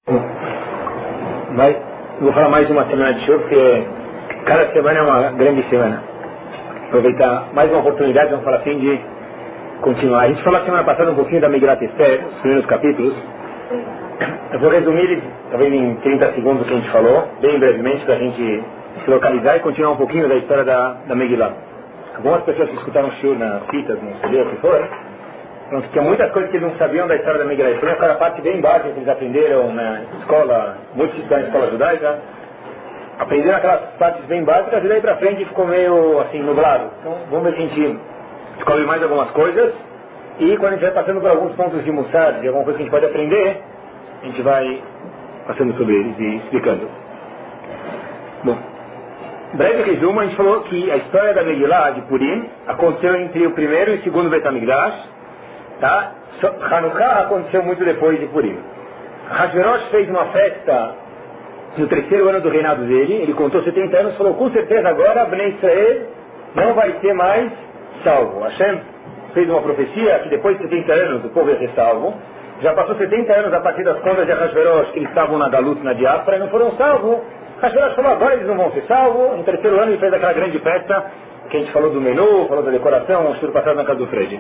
Vou falar mais uma semana de show, porque cada semana é uma grande semana. Aproveitar mais uma oportunidade, vamos falar assim, de continuar. A gente falou a semana passada um pouquinho da Megilat Esther, os primeiros capítulos. Eu vou resumir, talvez em 30 segundos, o que a gente falou, bem brevemente, para a gente se localizar e continuar um pouquinho da história da Megilat. Algumas pessoas que escutaram o show nas fitas, não sei o que for, que tinha muitas coisas que eles não sabiam da história da Megilat. Foi aquela parte bem básica que eles aprenderam na escola, muitos estudaram na escola judaica, aprenderam aquelas partes bem básicas e daí pra frente ficou meio assim, nublado. Então vamos ver se a gente descobre mais algumas coisas e quando a gente vai passando por alguns pontos de Mussar, de alguma coisa que a gente pode aprender, a gente vai passando sobre eles e explicando. Bom, breve resumo, a gente falou que a história da Megillah de Purim aconteceu entre o primeiro e o segundo Beit HaMikdash, tá? Hanukkah aconteceu muito depois de Purim. Hashverosh fez uma festa no terceiro ano do reinado dele, ele contou 70 anos e falou, com certeza agora Bnei Israel não vai ser mais salvo. Hashem fez uma profecia que depois de 70 anos o povo ia ser salvo. Já passou 70 anos a partir das contas de Hashverosh, que eles estavam na Galut, na diáspora, e não foram salvos. Hashverosh falou, agora eles não vão ser salvos. No terceiro ano ele fez aquela grande festa, que a gente falou do menu, falou da decoração, o estudo passado na casa do Fred.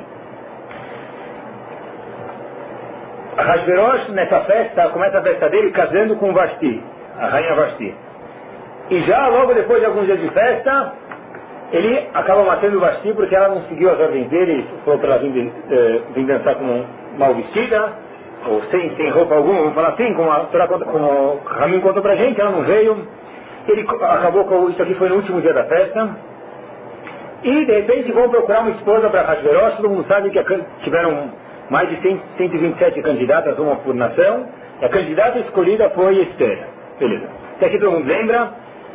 Hashverosh, nessa festa, começa a festa dele casando com Vashti, a rainha Vashti. E já logo depois de alguns dias de festa, ele acaba matando Vashti porque ela não seguiu as ordens dele, falou para ela vir dançar como mal vestida, ou sem roupa alguma, vamos falar assim, como o Ramin contou pra gente, ela não veio. Ele acabou com isso aqui, foi no último dia da festa. E de repente vão procurar uma esposa para Hashverosh, todo mundo sabe que tiveram mais de 127 candidatas, uma por nação, e a candidata escolhida foi Esther. Beleza. Até aqui todo mundo lembra.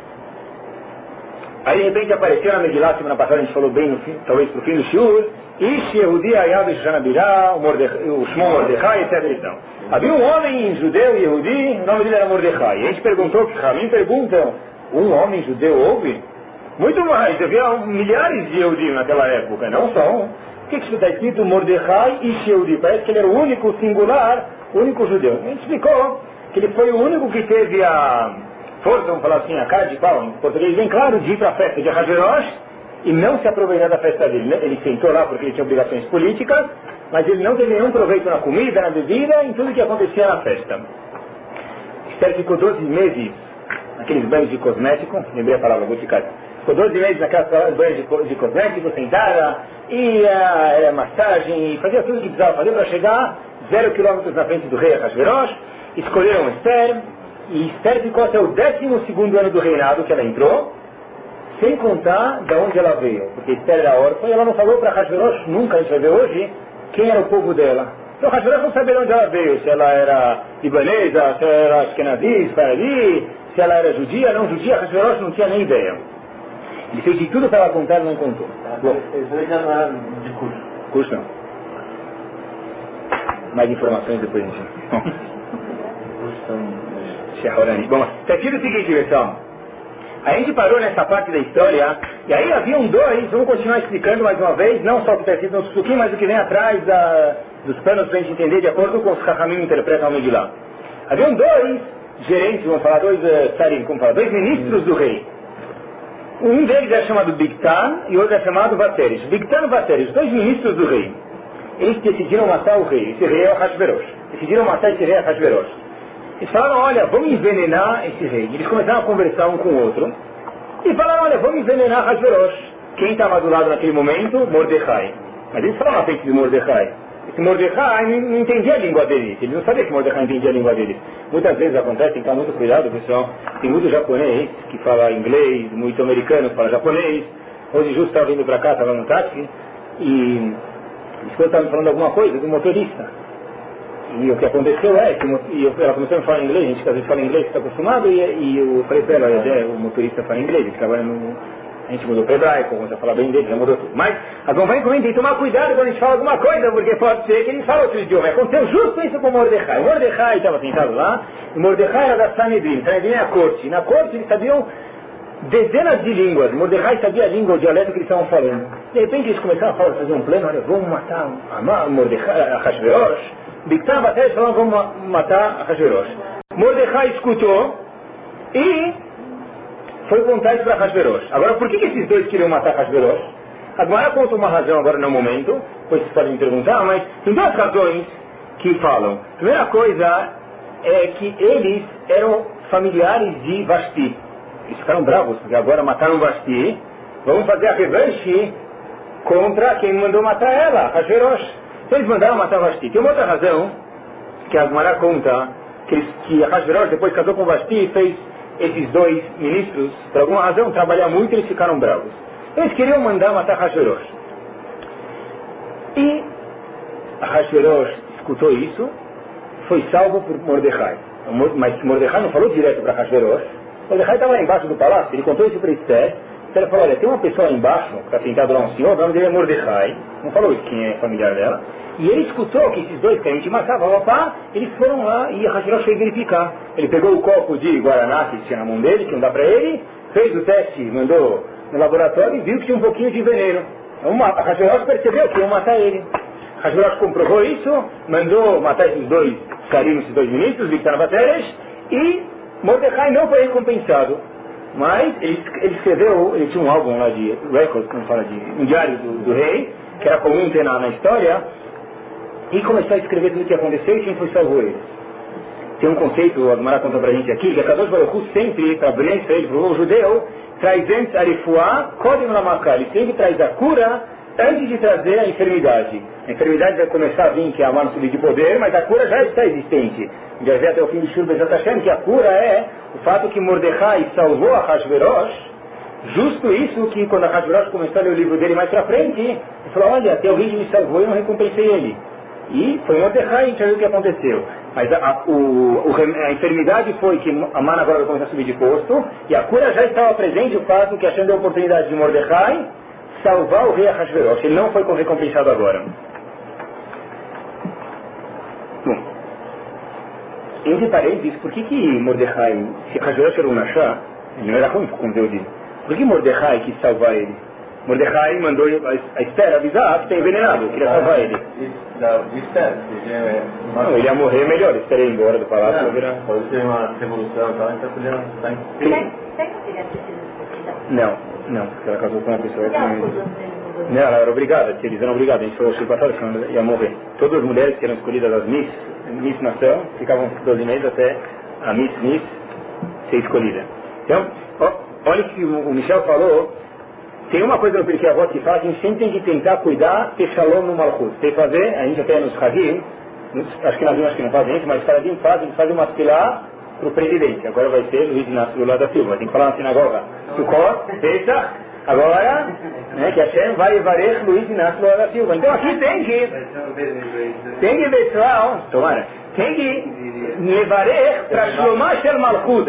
Aí de repente apareceu na Megillah, semana passada a gente falou bem, talvez pro fim do Shur, Ish Yehudi Ayad Shoshana Birah, o Shmon Mordechai, etc. Então, havia um homem judeu, Yehudi, o nome dele era Mordechai. E a gente perguntou, que Ramin pergunta, um homem judeu houve? Muito mais, havia milhares de Yehudi naquela época, não só um. O que está escrito Mordechai e Yehudi? Parece que ele era o único singular, o único judeu. A gente explicou que ele foi o único que teve a força, vamos falar assim, a cara de pau, em português bem claro, de ir para a festa de Hashverosh e não se aproveitar da festa dele. Ele sentou lá porque ele tinha obrigações políticas, mas ele não teve nenhum proveito na comida, na bebida, em tudo que acontecia na festa. Esther ficou 12 meses naqueles banhos de cosmético, lembrei a palavra, vou ficar. Ficou 12 meses naquelas banhas de cosmético, sentada, ia massagem, fazia tudo o que precisava fazer para chegar 0 quilômetros na frente do rei Hashverosh. Escolheram Esther, e Esther ficou até o 12º ano do reinado que ela entrou, sem contar de onde ela veio, porque Esther era órfã e ela não falou para Hashverosh, nunca, a gente vai ver hoje, quem era o povo dela. Então Hashverosh não sabia de onde ela veio, se ela era libanesa, se ela era ashkenazí, israeli, se ela era judia, não judia, Hashverosh não tinha nem ideia. Ele fez de tudo para ela contar e não contou. Bom, isso já não era de curso. Curso não. Mais informações depois a gente. Bom, está aqui o seguinte, pessoal. A gente parou nessa parte da história, e aí haviam dois, vamos continuar explicando mais uma vez, não só o que está escrito no Sukim, mas o que vem atrás dos panos para a gente entender de acordo com os que Chachamim interpretam o Megillah. Haviam dois gerentes, vamos falar, dois ministros do rei. Um deles é chamado Bigtan e o outro é chamado Vateres. Bigtan e Vateres, dois ministros do rei. Eles decidiram matar o rei. Esse rei é o Hashverosh. Decidiram matar esse rei é Hashverosh. Eles falaram, olha, vamos envenenar esse rei. Eles começaram a conversar um com o outro. E falaram, olha, vamos envenenar Hashverosh. Quem estava do lado naquele momento? Mordechai. Mas eles falaram a frente de Mordechai. Esse Mordechai não entendia a língua dele. Ele não sabia que Mordechai entendia a língua dele. Muitas vezes acontece, tem que tomar muito cuidado, pessoal. Tem muito japonês que fala inglês, muito americano que fala japonês. Hoje justo estava vindo para cá, estava no táxi, e eles estavam falando alguma coisa do motorista. E o que aconteceu é que ela começou a falar inglês, a gente às vezes fala inglês, está acostumado, e eu falei para ela, o motorista fala inglês, ele trabalha no... A gente mudou para hebraico, começou a falar bem dele, já mudou tudo. Mas acompanhe comigo, tem que tomar cuidado quando a gente fala alguma coisa, porque pode ser que ele fala outro idioma. Aconteceu justo isso com Mordechai. Mordechai estava sentado lá, e Mordechai era da Sanedrim. Sanedrim é a corte. E na corte eles sabiam dezenas de línguas. Mordechai sabia a língua, o dialeto que eles estavam falando. De repente eles começaram a fazer um plano, olha, vamos matar Mordechai, Hashverosh. Bigtan Vateres falaram, vamos matar Hashverosh. Mordecai escutou e foi contar isso para Hashverosh. Agora, por que esses dois queriam matar Hashverosh? Agora conta uma razão agora no momento, depois vocês podem me perguntar, mas tem duas razões que falam. A primeira coisa é que eles eram familiares de Vashti. Eles ficaram bravos, porque agora mataram Vashti. Vamos fazer a revanche contra quem mandou matar ela, Hashverosh. Então eles mandaram matar Vashti. Tem uma outra razão, que a Gemara conta, que Hashverosh depois casou com Vashti e fez esses dois ministros, por alguma razão, trabalhar muito e eles ficaram bravos. Eles queriam mandar matar Hashverosh. E Hashverosh escutou isso, foi salvo por Mordecai. Mas Mordecai não falou direto para Hashverosh. Mordecai estava lá embaixo do palácio, ele contou isso para Esther. Então ele falou, olha, tem uma pessoa lá embaixo, que está sentado lá um senhor, o nome dele é Mordecai. Não falou quem é familiar dela. E ele escutou que esses dois que a gente matava, eles foram lá e Hashverosh foi verificar. Ele pegou o copo de Guaraná que tinha na mão dele, que não dá para ele, fez o teste, mandou no laboratório e viu que tinha um pouquinho de veneno. Então Hashverosh percebeu que iam matar ele. Hashverosh comprovou isso, mandou matar esses dois carinhos, esses dois ministros, Bigtan Vateresh, e Mordecai não foi recompensado. Mas ele escreveu, ele tinha um álbum lá de records, como fala, um diário do rei, que era comum ter na história, e começou a escrever tudo o que aconteceu e quem foi salvou eles. Tem um conceito, a Gemara conta pra gente aqui, que a Kadosh Baruch Hu sempre, para brilhante para ele, para o judeu, traz antes a refuá, kodem lamaka, ele sempre traz a cura antes de trazer a enfermidade. A enfermidade vai começar a vir, que é a mano subir de poder, mas a cura já está existente. Já vê até o fim do Shur Bezat Hashem que a cura é o fato que Mordecai salvou a Hashverosh. Justo isso que quando a Hashverosh começou a ler o livro dele mais pra frente, ele falou, olha, até o rei me salvou e eu não recompensei ele. E foi Mordecai, a gente viu o que aconteceu. Mas a enfermidade foi que a mana agora vai começar a subir de posto, e a cura já estava presente, o fato que Hashem deu a oportunidade de Mordecai salvar o rei Ahasverosh. Ele não foi recompensado agora. Bom, entre parênteses, por que Mordecai, se Ahasverosh era um Nashá, ele não era ruim com Deus, por que Mordecai quis salvar ele? Mordecai mandou a Esther avisar que está envenenado, queria salvar ele. Não, ele ia morrer melhor, Esther ia embora do palácio. Pode ser uma revolução e tal, então podia estar Não, porque ela casou com uma pessoa que não, ela era obrigada, eles eram obrigados, a gente falou que passado que ela ia morrer. Todas as mulheres que eram escolhidas as Miss Nação ficavam 12 meses até a Miss ser escolhida. Então, olha o que o Michel falou. Tem uma coisa no Pirkei Avot que fala que a gente sempre tem que tentar cuidar, ter shalom no Malchut. Tem que fazer, a gente até nos Hagim, acho que não fazem isso, mas os Hagim fazem uma tefilá para o presidente. Agora vai ser Luiz Inácio Lula da Silva. Tem que falar na sinagoga. Sukkot, Pesach, agora, que Hashem vai levar Luiz Inácio Lula da Silva. Então aqui tem que pessoal, tomara, tem que levar para Shlomah Shel Malchut.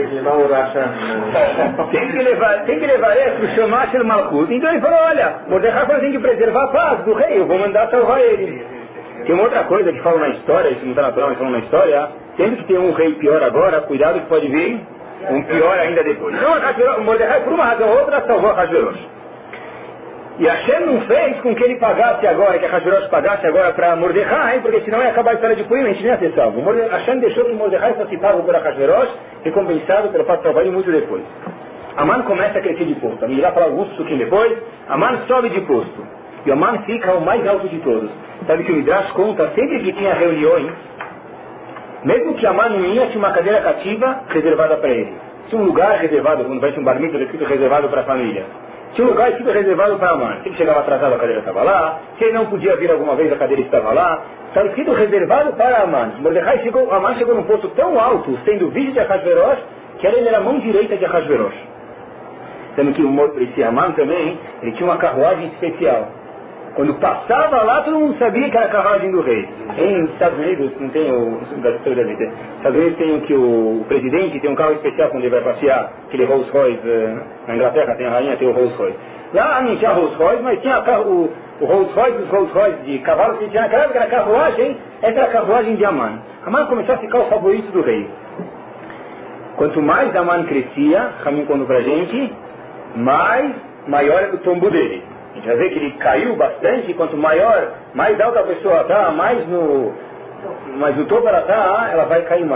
Tem que levar para Shlomah Shel Malchut. Então ele falou, olha, Mordecai falou, tem que preservar a paz do rei, eu vou mandar salvar ele. Tem uma outra coisa que fala na história, isso não está natural, mas fala na história, sempre que tem um rei pior agora, cuidado que pode vir um pior ainda depois. Então Mordecai, por uma razão ou outra, salvou a Hashverosh. E Hashem não fez com que ele pagasse agora, que a Hashverosh pagasse agora para Mordecai, porque senão ia acabar a história de Purim, a gente nem ia ser salvo. Hashem deixou que Mordecai fosse pago por Hashverosh, recompensado pelo fato de salvar ele muito depois. Aman começa a crescer de posto. A gente vai falar alguns suquim depois. Aman sobe de posto. E Aman fica o mais alto de todos. Sabe que o Midrash conta, sempre que tinha reuniões, mesmo que Aman não ia, tinha uma cadeira cativa reservada para ele. Tinha um lugar reservado, quando vai ter um bar mitzvah, escrito reservado para a família. Tinha um lugar escrito reservado para Aman. Se ele chegava atrasado, a cadeira estava lá. Se ele não podia vir alguma vez, a cadeira estava lá. Estava escrito reservado para Aman. Aman chegou num posto tão alto, sendo vice de Ahasverosh, que ele era a mão direita de Ahasverosh. Sendo que esse Aman também, ele tinha uma carruagem especial. Quando passava lá, todo mundo sabia que era a carruagem do rei. Em Estados Unidos, não tem Estados Unidos tem o que o presidente tem um carro especial quando ele vai passear, aquele Rolls Royce, na Inglaterra tem a rainha, tem o Rolls Royce. Lá não tinha Rolls Royce, mas tinha o Rolls Royce, os Rolls Royce de cavalos que tinha naquela época, era a carruagem, essa era a carruagem de Aman. Aman começou a ficar o favorito do rei. Quanto mais Aman crescia, Ramim contou pra gente, maior era o tombo dele. A gente vai ver que ele caiu bastante, e quanto mais alta a pessoa está, mais no topo ela está, ela vai cair mais.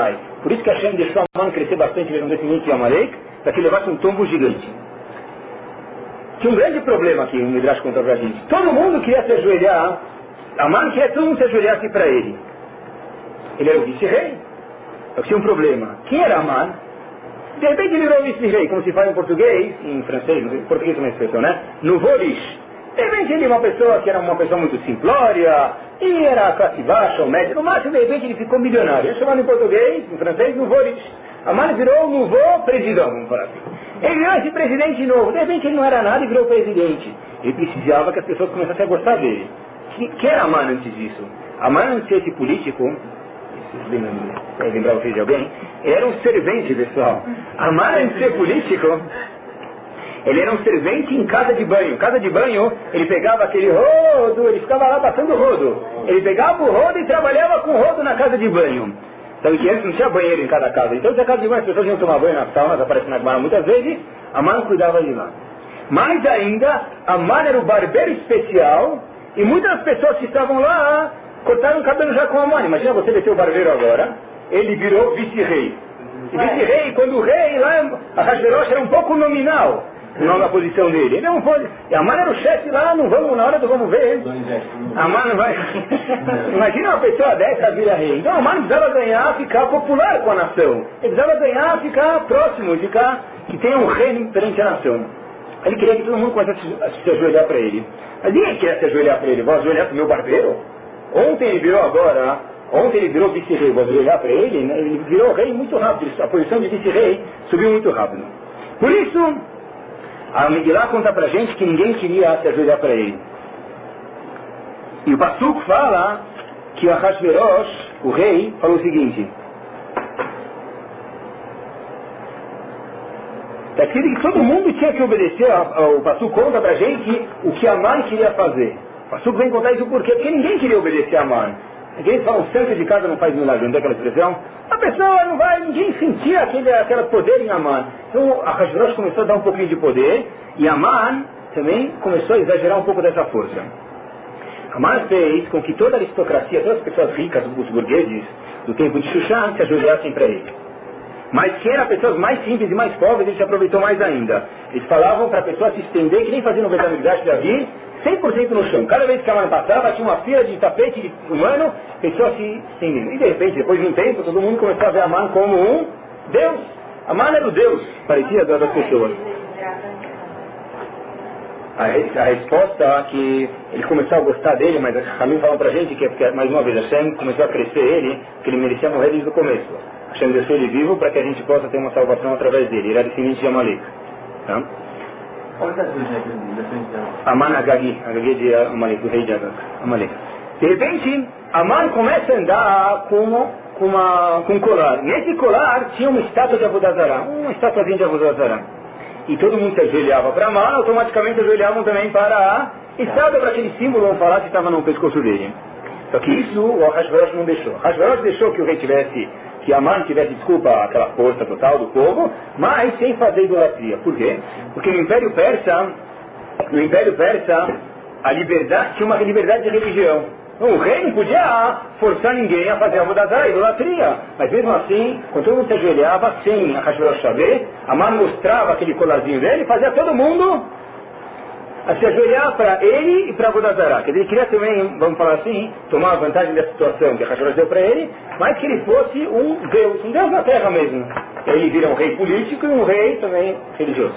Por isso que Hashem deixou Aman crescer bastante no descendente de Amalek, para que levasse um tombo gigante. Tinha um grande problema aqui, o Midrash conta pra gente. Todo mundo queria se ajoelhar, Aman queria que todo mundo se ajoelhasse para ele. Ele era o vice-rei. Só que tinha um problema. Quem era Aman? De repente ele virou vice-rei, como se fala em português, em francês, em português é uma expressão, né? No Vorish. De repente ele uma pessoa que era uma pessoa muito simplória, e era classe baixa ou média, no máximo de repente ele ficou milionário. Ele chamava em português, em francês, no Vorish. Aman virou o nouveau presidente, vamos falar assim. Ele virou esse presidente novo. De repente ele não era nada e virou presidente. Ele precisava que as pessoas começassem a gostar dele. Quem era Aman antes disso? Aman antes de ser esse político, vai lembrar vocês de alguém? Ele era um servente, pessoal. Aman antes de ser político, ele era um servente em casa de banho. Casa de banho, ele pegava aquele rodo, ele ficava lá passando rodo. Ele pegava o rodo e trabalhava com o rodo na casa de banho. Sabe que antes não tinha banheiro em cada casa. Então, se a casa de banho, as pessoas iam tomar banho nas saunas, aparecendo na Gemara muitas vezes, Aman cuidava de lá. Mais ainda, Aman era o barbeiro especial, e muitas pessoas que estavam lá cortaram o cabelo já com Aman. Imagina você meter o barbeiro agora, ele virou vice-rei. E vice-rei, quando o rei lá, a Hashverosh era um pouco nominal, o nome da posição dele. Ele não pode. E Aman era o chefe lá, não vamos, na hora do vamos ver. Aman não vai. Imagina uma pessoa dessa vira rei. Então Aman precisava ganhar, ficar popular com a nação. Ele precisava ganhar, ficar próximo, ficar que tenha um rei perante a nação. Ele queria que todo mundo começasse a se ajoelhar para ele. Mas ninguém quer se ajoelhar para ele. Vou ajoelhar para o meu barbeiro? Ontem ele virou agora. Ontem ele virou vice-rei. Vou ajoelhar para ele? Ele virou rei muito rápido. A posição de vice-rei subiu muito rápido. Por isso, a Megillah conta pra gente que ninguém queria se ajoelhar para ele. E o Pasuk fala que Ahasverosh, o rei, falou o seguinte. Está escrito que todo mundo tinha que obedecer. O Pasuk conta pra gente o que Aman queria fazer. O Pasuk vem contar isso por quê? Porque ninguém queria obedecer a Aman. Eles falam, santo de casa não faz milagre, não é aquela expressão? A pessoa não vai, ninguém sentia aquele poder em Aman. Então a Hashverosh começou a dar um pouquinho de poder, e Aman também começou a exagerar um pouco dessa força. Aman fez com que toda a aristocracia, todas as pessoas ricas, os burgueses do tempo de Shushan, se ajoelhassem para ele. Mas quem eram pessoas mais simples e mais pobres, ele se aproveitou mais ainda. Eles falavam para a pessoa se estender, que nem fazia no Betamigdash de Davi, 100% no chão. Cada vez que a Aman passava, tinha uma fila de tapete humano, pessoas se estendendo. E de repente, depois de um tempo, todo mundo começou a ver Aman como um Deus. Aman era o Deus, parecia das pessoas. A resposta é que ele começou a gostar dele, mas a Hamim falou pra gente que é porque, mais uma vez, Hashem começou a crescer ele, que ele merecia morrer desde o começo. Hashem deixou ele vivo para que a gente possa ter uma salvação através dele. Ele era descendente de Amalek. Tá? Qual é a descendência? Aman Agagi de Amalek, do rei de Amalek. De repente, Aman começa a andar com um colar. Nesse colar tinha uma estátua de Avodah Zarah, uma estátuazinha de Avodah Zarah. E todo mundo se ajoelhava para Aman, automaticamente ajoelhavam também para a estátua, para aquele símbolo, vamos falar, que estava no pescoço dele. Só que isso o Hashverosh não deixou. Hashverosh deixou que o rei que Aman tivesse, desculpa, aquela força total do povo, mas sem fazer idolatria. Por quê? Porque no Império Persa, a liberdade, tinha uma liberdade de religião. O rei não podia forçar ninguém a fazer a Avodah Zarah, a idolatria. Mas mesmo assim, quando todo mundo se ajoelhava, sem a Hashverosh saber, Aman mostrava aquele colarzinho dele e fazia todo mundo a se ajoelhar para ele e para Avodah Zarah. Quer dizer, ele queria também, vamos falar assim, tomar vantagem dessa situação que a Hashverosh deu para ele, mas que ele fosse um Deus na terra mesmo. Ele vira um rei político e um rei também religioso.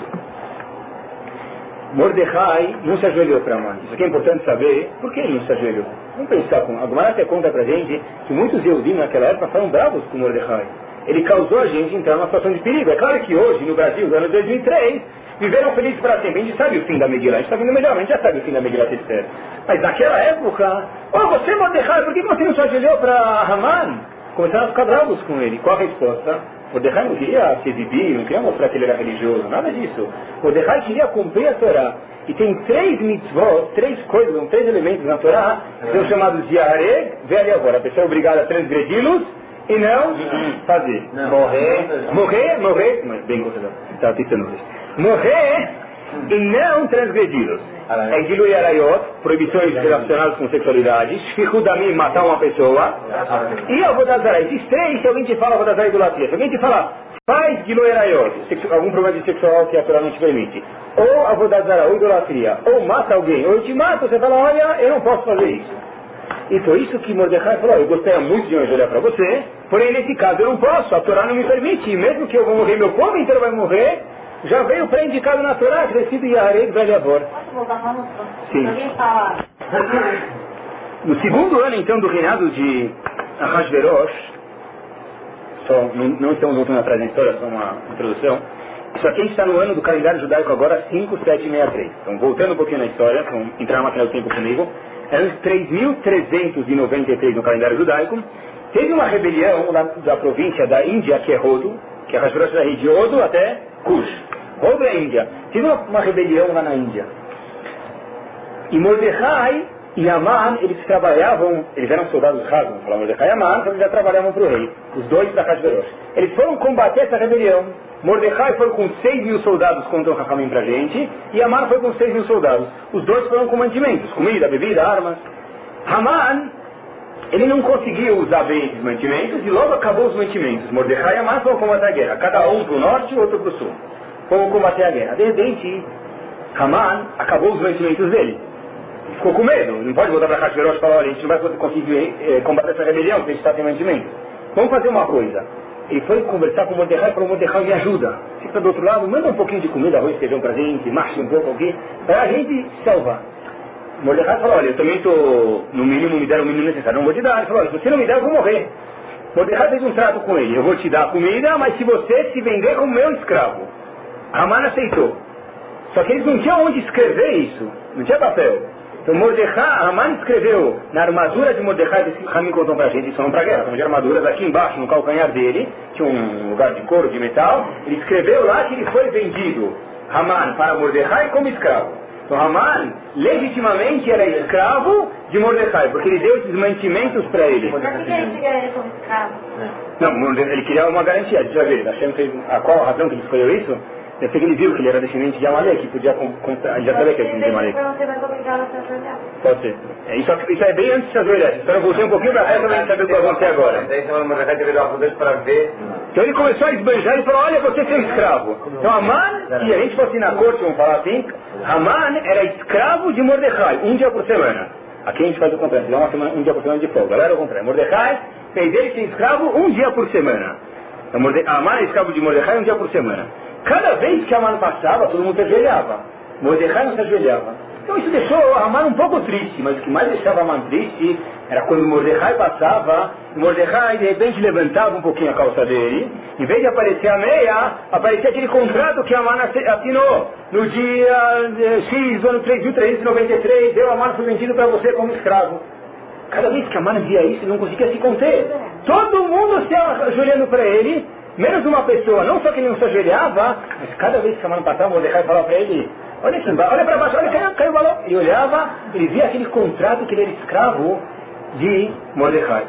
Mordecai não se ajoelhou para Aman. Isso aqui é importante saber. Por que ele não se ajoelhou? Vamos pensar. A Gemara até conta para a gente que muitos Yehudim naquela época foram bravos com Mordecai. Ele causou a gente entrar numa situação de perigo. É claro que hoje, no Brasil, no ano 2003, viveram felizes para sempre. A gente sabe o fim da Megillah. A gente está vindo melhor, a gente já sabe o fim da Megillah Esther. Mas naquela época, você Mordecai, por que você não se ajoelhou para Haman? Começaram a ficar bravos com ele. Qual a resposta? Mordecai não queria se exibir, não queria mostrar que ele era religioso, nada disso. Mordecai queria cumprir a Torá. E tem 3 mitzvot, 3 coisas, 3 elementos na Torá, que são chamados de Areg, velho agora. A pessoa é obrigada a transgredi-los e não fazer. Morrer, bem gostado, estava pensando nisso. Morrer e não transgredi-los. É Gilui Arayot, proibições relacionadas com sexualidade, Shfichut Damim, matar uma pessoa, e Avodat Zarah. Esses três, se alguém te fala Avodat Zarah, idolatria. Se alguém te fala, faz Gilui Arayot, algum problema de sexual que a Torá não te permite, ou Avodat Zarah, ou idolatria, ou mata alguém, ou eu te mato, você fala, olha, eu não posso fazer isso. E foi isso que Mordecai falou, eu gostaria muito de me ajoelhar para você, porém nesse caso eu não posso, a Torá não me permite, e mesmo que eu vou morrer, meu povo inteiro vai morrer, já veio pré-indicado na Torá, crescido e Yarei velho avor. Posso voltar para a música? Sim. Alguém fala... No segundo ano, então, do reinado de Ahasverosh, não estamos voltando atrás na história, só uma introdução, isso aqui está no ano do calendário judaico agora, 5763. Então, voltando um pouquinho na história, vamos entrar na máquina do tempo comigo, era 3.393 no calendário judaico, teve uma rebelião lá da província da Índia, que é Rodo, que Ahasverosh era rei de Rodo até Cush. Rodo é a Índia. Teve uma rebelião lá na Índia. E Mordecai e Haman, eles trabalhavam, eles eram soldados rasos, vamos falar Mordecai e Haman, então eles já trabalhavam para o rei, os dois para Ahasverosh. Eles foram combater essa rebelião. Mordecai foi com 6.000 soldados contra o Rahamim para a gente, e Haman foi com 6.000 soldados. Os dois foram com mantimentos, comida, bebida, armas. Haman, ele não conseguiu usar bem esses mantimentos, e logo acabou os mantimentos. Mordecai e Haman foram combater a guerra, cada um para o norte e outro para o sul. Foram combater a guerra. De repente, Haman acabou os mantimentos dele. Ficou com medo, não pode voltar para Ahasverosh e falar, olha, a gente não vai conseguir combater essa rebelião, porque a gente está sem mantimento. Vamos fazer uma coisa. Ele foi conversar com Mordecai e falou, Mordecai, me ajuda. Fica do outro lado, manda um pouquinho de comida, arroz, feijão pra gente, marcha um pouco aqui, para a gente salvar. Mordecai falou, olha, eu também estou, no mínimo, me deram o mínimo necessário, não vou te dar. Ele falou, olha, se você não me der, eu vou morrer. Mordecai fez um trato com ele, eu vou te dar a comida, mas se você se vender como meu escravo. Haman aceitou. Só que eles não tinham onde escrever isso, não tinha papel. Então Mordecai, Haman escreveu na armadura de Mordecai, esse Hamim contou pra gente, eles foram pra guerra, de armaduras aqui embaixo, no calcanhar dele, tinha um lugar de couro, de metal, ele escreveu lá que ele foi vendido, Haman, para Mordecai como escravo. Então Haman, legitimamente, era escravo de Mordecai, porque ele deu esses mantimentos para ele. Por que ele queria ele como escravo? Não, ele queria uma garantia, deixa eu ver, Hashem fez, qual a razão que ele escolheu isso? Deve ser que ele viu que ele era descendente de Amalek, que podia ele já sabia que era descendente de Amalek. Pode ser. Isso é bem antes de se ajoelhar. Então eu voltei um pouquinho para trás para saber o que vai acontecer agora. Então ele começou a esbanjar e falou, olha, você é seu escravo. Então Haman, se a gente fosse na corte, vamos falar assim, Haman era escravo de Mordecai, um dia por semana. Aqui a gente faz o contrário, dá um dia por semana de folga. Galera, o contrário. Mordecai fez ele ser escravo um dia por semana. Então, Haman é escravo de Mordecai um dia por semana. Cada vez que Haman passava, todo mundo se ajoelhava. Mordecai não se ajoelhava. Então isso deixou Haman um pouco triste, mas o que mais deixava Haman triste era quando Mordecai passava, Mordecai de repente levantava um pouquinho a calça dele, em vez de aparecer a meia, aparecia aquele contrato que Haman assinou no dia X, do ano 3.393, Haman foi vendido para você como escravo. Cada vez que Haman via isso, ele não conseguia se conter. Todo mundo se ajoelhando para ele, menos uma pessoa, não só que ele não se ajoelhava, mas cada vez que Haman passava, Mordecai falava para ele, olha aqui embaixo, olha para baixo, olha, caiu o balão. Ele olhava, ele via aquele contrato que ele era escravo de Mordecai.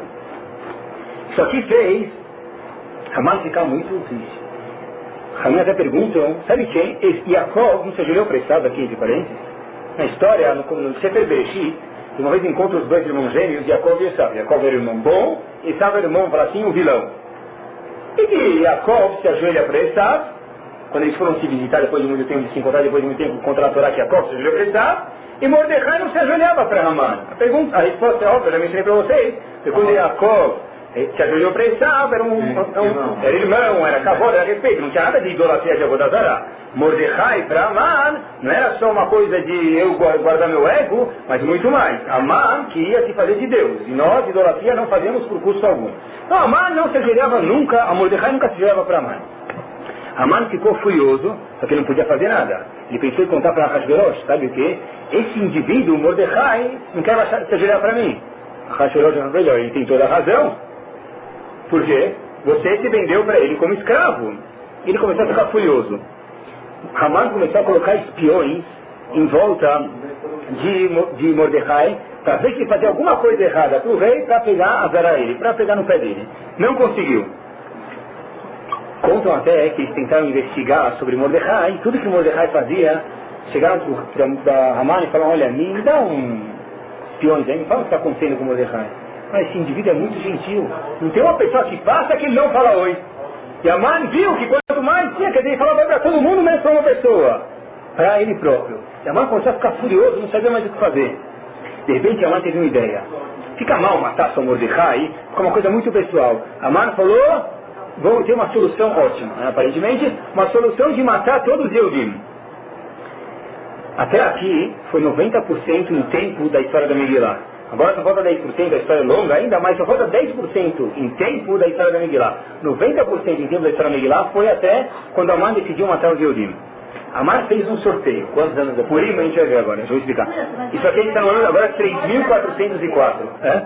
Isso aqui fez Haman ficar muito triste. Haman até perguntam, sabe quem? Yaakov não se ajoelhou para Esaú aqui, entre parênteses? Na história, no Sefer Bereshit, uma vez encontra os dois irmãos gêmeos, Yaakov e Esaú. Yaakov era o irmão bom, Esaú era o irmão, fala assim, o vilão. E que Yaakov se ajoelha para Esaú, quando eles foram se visitar depois de muito tempo, de se encontrar depois de muito tempo contra a Torá, que Yaakov se ajoelhou para Esaú, e Mordecai não se ajoelhava para Haman. A resposta é óbvia, eu já mencionei para vocês. Quando Yaakov se ajoelhou para Esaú, era irmão, era cavalo, era respeito, não tinha nada de idolatria de Avodat Zarah. Mordecai para Haman não era só uma coisa de eu guardar meu ego, mas muito mais. Haman queria se fazer de Deus, e nós, idolatria, não fazemos por custo algum. Então Haman não se ajoelhava nunca, a Mordecai nunca se ajoelhava para Haman. Haman ficou furioso, só que ele não podia fazer nada. Ele pensou em contar para Ahasverosh, sabe o quê? Esse indivíduo, Mordecai, não quer se ajoelhar para mim. Ahasverosh é melhor, ele tem toda a razão. Por quê? Você se vendeu para ele como escravo. Ele começou a ficar furioso. Haman começou a colocar espiões em volta de Mordecai para ver se ele fazia alguma coisa errada para o rei, para pegar ele, para pegar no pé dele. Não conseguiu. Contam até que eles tentaram investigar sobre Mordecai, e tudo que Mordecai fazia chegaram para Haman e falaram, olha, me dá um espiões aí, me fala o que está acontecendo com Mordecai. Mas esse indivíduo é muito gentil. Não tem uma pessoa que passa que ele não fala oi. E Haman viu que quanto mais tinha, quer dizer, ele falava para todo mundo, menos para uma pessoa. Para ele próprio. E Haman começou a ficar furioso, não sabia mais o que fazer. De repente Haman teve uma ideia. Fica mal matar só Mordecai, fica uma coisa muito pessoal. Haman falou, vamos ter uma solução ótima. Aparentemente, uma solução de matar todos os Yehudim. Até aqui foi 90% no tempo da história da Megillah. Agora só falta 10% da história longa ainda, mas só falta 10% em tempo da história da Megillah. 90% em tempo da história da Megillah foi até quando Haman decidiu matar os Yehudim. Haman fez um sorteio. Quantos anos depois? Por isso a gente vai ver agora, deixa eu explicar. Isso aqui a gente está no ano agora 3.404. É?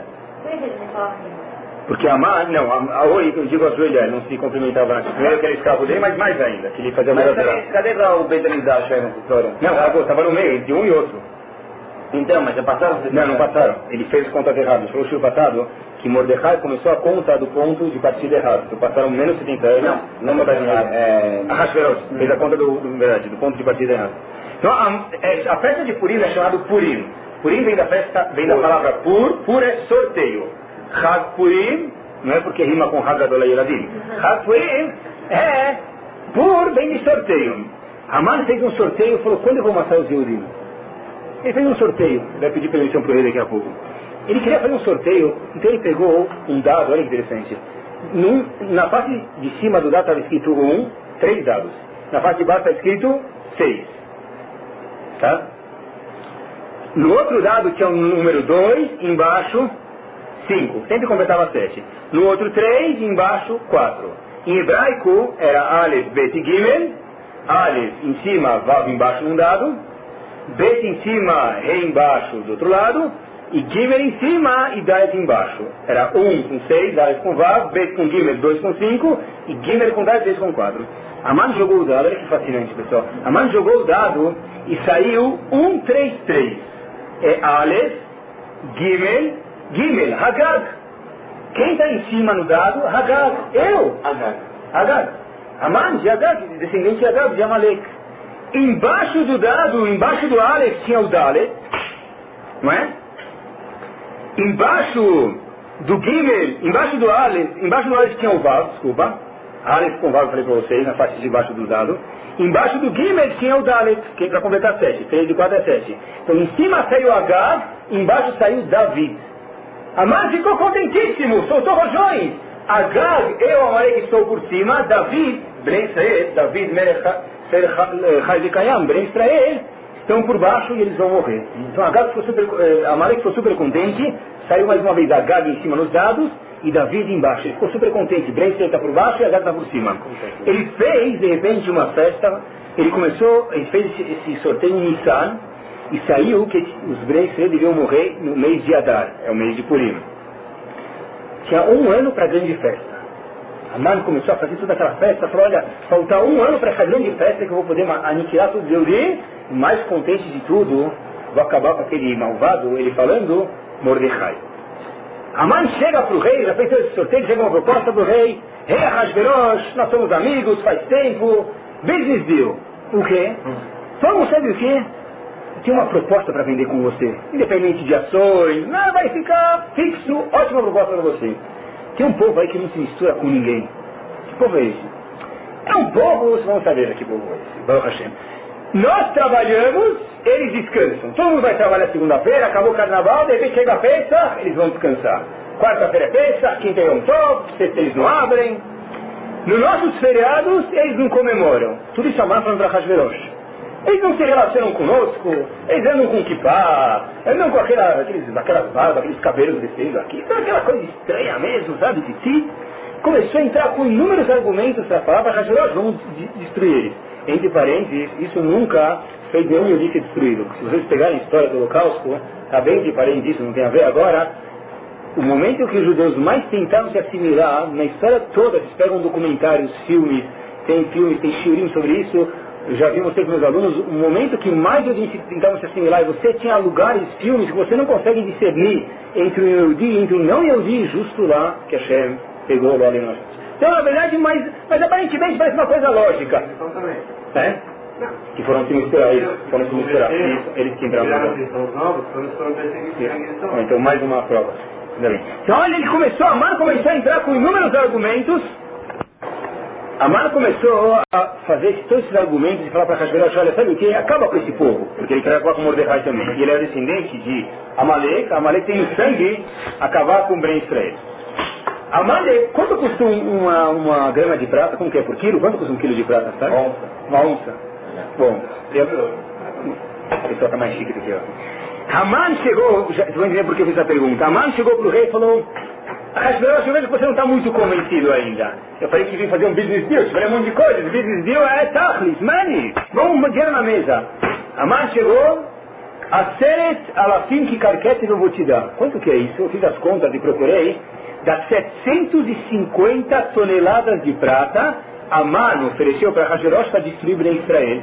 Porque Haman, não, oi, eu digo ajoelhar, ele não se cumprimentava antes. Primeiro que era escravo dele, mas mais ainda, que ele fazia o melhor dela. Cadê o Betanizar nessa história? Não, estava no meio, de um e outro. Então, mas já passaram? Não passaram. Ele fez contas erradas. Falou no passado que Mordecai começou a conta do ponto de partida errado. Então passaram menos 70 anos. Não Ahasverosh fez a conta do ponto de partida errado. Então a festa de Purim é chamada Purim. Purim vem da palavra Pur é sorteio. Hag Purim, não é porque rima com Haggadah Yeladim. Hag Purim é Pur vem de sorteio. Haman fez um sorteio e falou, quando eu vou matar os Yehudim? Ele fez um sorteio, vai pedir permissão para ele daqui a pouco. Ele queria fazer um sorteio, então ele pegou um dado, olha que interessante. Na parte de cima do dado estava escrito 3 dados. Na parte de baixo está escrito 6. Tá? No outro dado tinha um número 2, embaixo 5. Sempre completava 7. No outro 3, embaixo 4. Em hebraico era Aleph, Bet e Gimel. Aleph em cima, Vav embaixo num dado. Bet em cima, Rei embaixo do outro lado, e Gimel em cima e Dalet embaixo. Era 1 com 6, Dalet com Vav, Bet com Gimel, 2 com 5, e Gimel com Dalet, 3 com 4. Haman jogou o dado, olha que fascinante, pessoal. Haman jogou o dado e saiu 1, 3, 3. É Aleph, Gimel, Hagag. Quem está em cima no dado? Hagag. Eu. Hagag. Haman de Hagag, descendente de Hagag, de Amalek. Embaixo do dado, embaixo do Aleph tinha o Dalet, não é? Embaixo do Gimel, embaixo do Aleph tinha o Vav, desculpa. Aleph com Vav, eu falei para vocês, na parte de baixo do dado. Embaixo do Gimel tinha o Dalet, que é para completar 7. 3 de 4 é 7. Então em cima saiu Hagag, embaixo saiu David. Haman ficou contentíssimo, soltou rojões. Hagag, eu, Amalek, estou por cima. David, Ben Israel, David, Melech Kayam, Ben Israel, estão por baixo e eles vão morrer. Então Amalek ficou super contente, saiu mais uma vez Hagag em cima nos dados e David embaixo. Ele ficou super contente, Ben Israel está por baixo e Hagag está por cima. Ele fez de repente uma festa, ele fez esse sorteio em Nissan e saiu que os Ben Israel deviam morrer no mês de Adar, é o mês de Purim. Tinha 1 ano para a grande festa. Haman começou a fazer toda aquela festa, falou, olha, falta 1 ano para essa grande festa que eu vou poder aniquilar todos os Yehudim, e mais contente de tudo, vou acabar com aquele malvado, ele falando, Mordecai. Haman chega para o rei, já fez esse sorteio, chega uma proposta para o rei, Rei Ahasverosh, nós somos amigos, faz tempo, business deal. O quê? Vamos, sabe o quê? Eu tenho uma proposta para vender com você, independente de ações, nada vai ficar fixo, ótima proposta para você. Tem um povo aí que não se mistura com ninguém. Que povo é esse? É um povo, vocês vão saber que povo é esse. Baruch Hashem. Nós trabalhamos, eles descansam. Todo mundo vai trabalhar segunda-feira, acabou o carnaval, de repente chega a Pesach, eles vão descansar. Quarta-feira é Pesach, quinta é Yom Tov, sexta eles não abrem. Nos nossos feriados, eles não comemoram. Tudo isso é uma falando para Ahasverosh. Eles não se relacionam conosco, eles andam com kippah, andam com aquelas barbas, aqueles cabelos descendo aqui, então aquela coisa estranha mesmo, sabe, de si. Começou a entrar com inúmeros argumentos para falar para Ahasverosh, vamos destruir eles. Entre parênteses, isso nunca fez nenhum Yehudi ser destruído. Se vocês pegarem a história do Holocausto, está bem entre parênteses, isso não tem a ver agora. O momento em que os judeus mais tentaram se assimilar, na história toda, vocês pegam documentários, filmes, tem shiurim sobre isso. Eu já vi mostrei para meus alunos, o momento que mais eles tentavam se assimilar, e você tinha lugares, filmes, que você não consegue discernir entre o Yehudi e entre o não Yehudi, justo lá que Hashem pegou lá ali nós. Então, na verdade, mas aparentemente parece uma coisa lógica. É? Que foram se misturar, isso, foram se misturar. Isso, eles que entraram. Então, mais uma prova. Então, olha, Amar começou a entrar com inúmeros argumentos. Amar começou a fazer todos esses argumentos e falar para Hashverosh, olha, sabe o que? Acaba com esse povo, porque ele quer acabar com Mordecai também. E ele é descendente de Amalek tem o sangue acabar com Ben Israel. Amar, quanto custa uma grama de prata? Como que é por quilo? Quanto custa um quilo de prata? Sabe? Uma onça. Bom, a pessoa está mais chique do que eu. Haman chegou, vocês vão entender por que eu fiz essa pergunta. Haman chegou para o rei e falou, Hashverosh, eu vejo que você não está muito convencido ainda. Eu falei que vim fazer um business deal, eu falei um monte de coisas. Business deal é tachlis, money. Vamos dinheiro na mesa. Haman chegou, Aseret alafim que carquete eu vou te dar. Quanto que é isso? Eu fiz as contas e procurei. Das 750 toneladas de prata, Haman ofereceu para Hashverosh para destruir em Israel.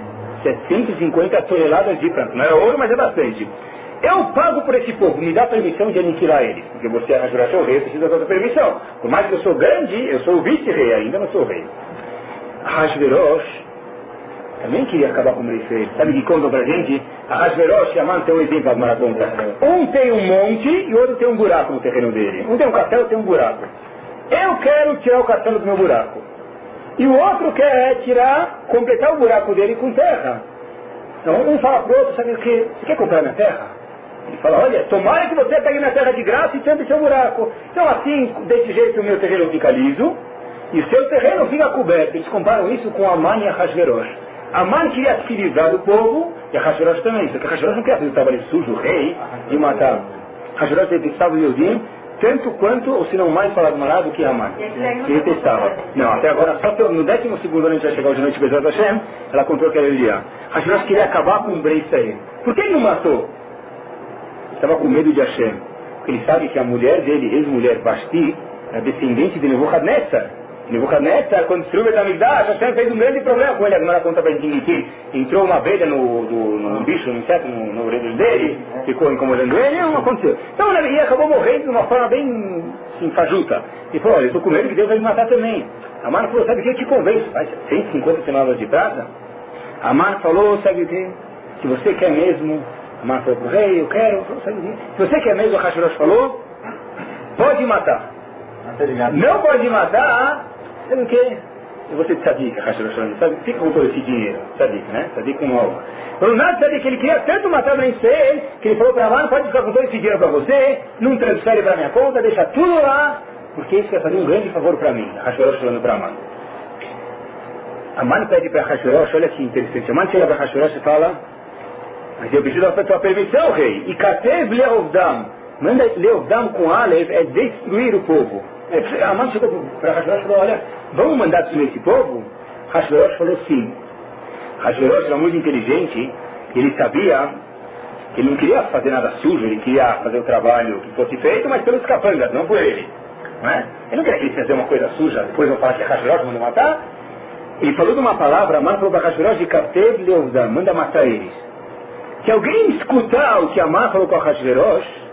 750 toneladas de prata. Não é ouro, mas é bastante. Eu pago por esse povo, me dá permissão de aniquilar eles. Porque você é Hashverosh, o rei, eu preciso da sua permissão. Por mais que eu sou grande, eu sou o vice-rei ainda, não sou o rei. Hashverosh também queria acabar com o Israel. Sabe que contam pra gente? A Hashverosh e Haman tem um exemplo de conta. Um tem um monte e o outro tem um buraco no terreno dele. Um tem um castelo e tem um buraco. Eu quero tirar o castelo do meu buraco. E o outro quer completar o buraco dele com terra. Então um fala pro outro, sabe o que? Você quer comprar minha terra? Ele fala, olha, tomara que você pegue minha terra de graça e tampe seu buraco. Então assim, desse jeito o meu terreno fica liso e o seu terreno fica coberto. Eles comparam isso com Haman e a Hashverosh. Haman queria civilizar o povo e a Hashverosh também. Só que a Hashverosh não queria fazer o trabalho sujo, o rei, de matar. Hashverosh detestava o Yodim tanto quanto, ou se não mais, falado mal do que Haman. Ele detestava. Não, até agora, só no 12º ano a gente vai chegar hoje à noite, Bezerra Hashem, ela contou que era Eliá. Hashverosh queria acabar com o Bnei Israel. Por que ele não matou? Estava com medo de Hashem. Porque ele sabe que a mulher dele, ex-mulher Vashti, é descendente de Nebuchadnezzar. Nebuchadnezzar, quando destruiu o Betamigdash, Hashem fez um grande problema com ele. A Gemara conta pra gente que entrou uma abelha no bicho, no inseto, no orelho dele, ficou incomodando ele, não aconteceu. Então ele acabou morrendo de uma forma bem assim, fajuta. E falou, olha, eu estou com medo que Deus vai me matar também. Amar falou, sabe o que eu te convenço? Faz 150 toneladas de prata? Amar falou, sabe o que? Se você quer mesmo, Amar falou pro rei, eu quero, sabe o que? Se você quer mesmo, Hashverosh falou, pode matar. Não pode matar, sabe o que? Eu vou ser de Tzadik, sabe? Fica com todo esse dinheiro, Tzadik, né? Tzadik com alma. Falou nada, Tzadik, ele queria tanto matar Ben Israel, que ele falou para Amar, pode ficar com todo esse dinheiro para você, não transfere para minha conta, deixa tudo lá, porque isso vai fazer um grande favor para mim. Hashverosh falando para Amar. Amar pede para Hashverosh, olha que interessante, Amar chega para Hashverosh e fala, mas eu preciso da tua permissão, rei, e Katev Leovdam, manda Leovdam com Aleph, é destruir o povo. Amar chegou para Hashverosh e falou, olha, vamos mandar destruir esse povo? Hashverosh falou sim. Hashverosh era muito inteligente, ele sabia que ele não queria fazer nada sujo, ele queria fazer o trabalho que fosse feito, mas pelos capangas, não por ele. Não é? Ele não queria que ele fazer uma coisa suja, depois eu falar que Hashverosh manda matar. Ele falou de uma palavra, Amar falou para Hashverosh de Katev Leovdam, manda matar eles. Se alguém escutar o que Amar falou com a Hashverosh,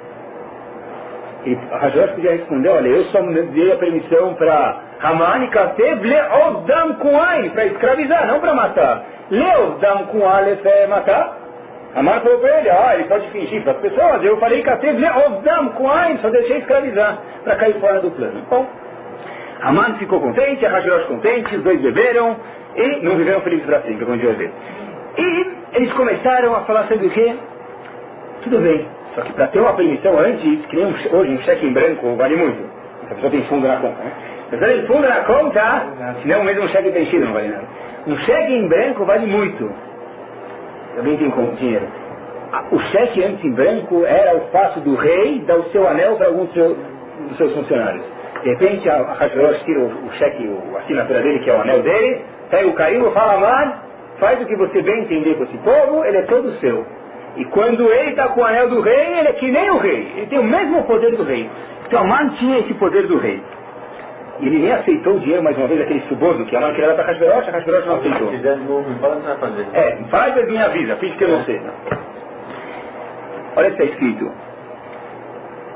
a Hashverosh podia responder, olha, eu só dei a permissão para Haman e Katev Leovdam com Ain, para escravizar, não para matar. Leovdam com Aleph é matar. Amar falou para ele, ele pode fingir para as pessoas, eu falei Katev Leovdam com Ain, só deixei escravizar, para cair fora do plano. Bom, Haman ficou contente, a Hashverosh contente, os dois beberam e não viveram felizes para sempre, como a gente vai ver. E eles começaram a falar sobre o quê? Tudo bem. Só que para ter uma permissão antes, que nem hoje um cheque em branco vale muito. A pessoa tem fundo na conta, né? A pessoa tem fundo na conta, senão mesmo um cheque preenchido não vale nada. Um cheque em branco vale muito. Também tem dinheiro. O cheque antes em branco era o passo do rei dar o seu anel para alguns dos seus funcionários. De repente a Hashverosh tira o cheque, a assinatura dele, que é o anel dele, pega o carimbo e fala, Amar, faz o que você bem entender com esse povo, ele é todo seu. E quando ele está com o anel do rei, ele é que nem o rei. Ele tem o mesmo poder do rei. Então Amar tinha esse poder do rei. E ele nem aceitou o dinheiro, mais uma vez, aquele suborno que Amar queria dar para Hashverosh, a Hashverosh não aceitou. Se quiser de novo, me fala o que você vai fazer. Faz e me avisa, finge que eu não sei. Olha o que está escrito.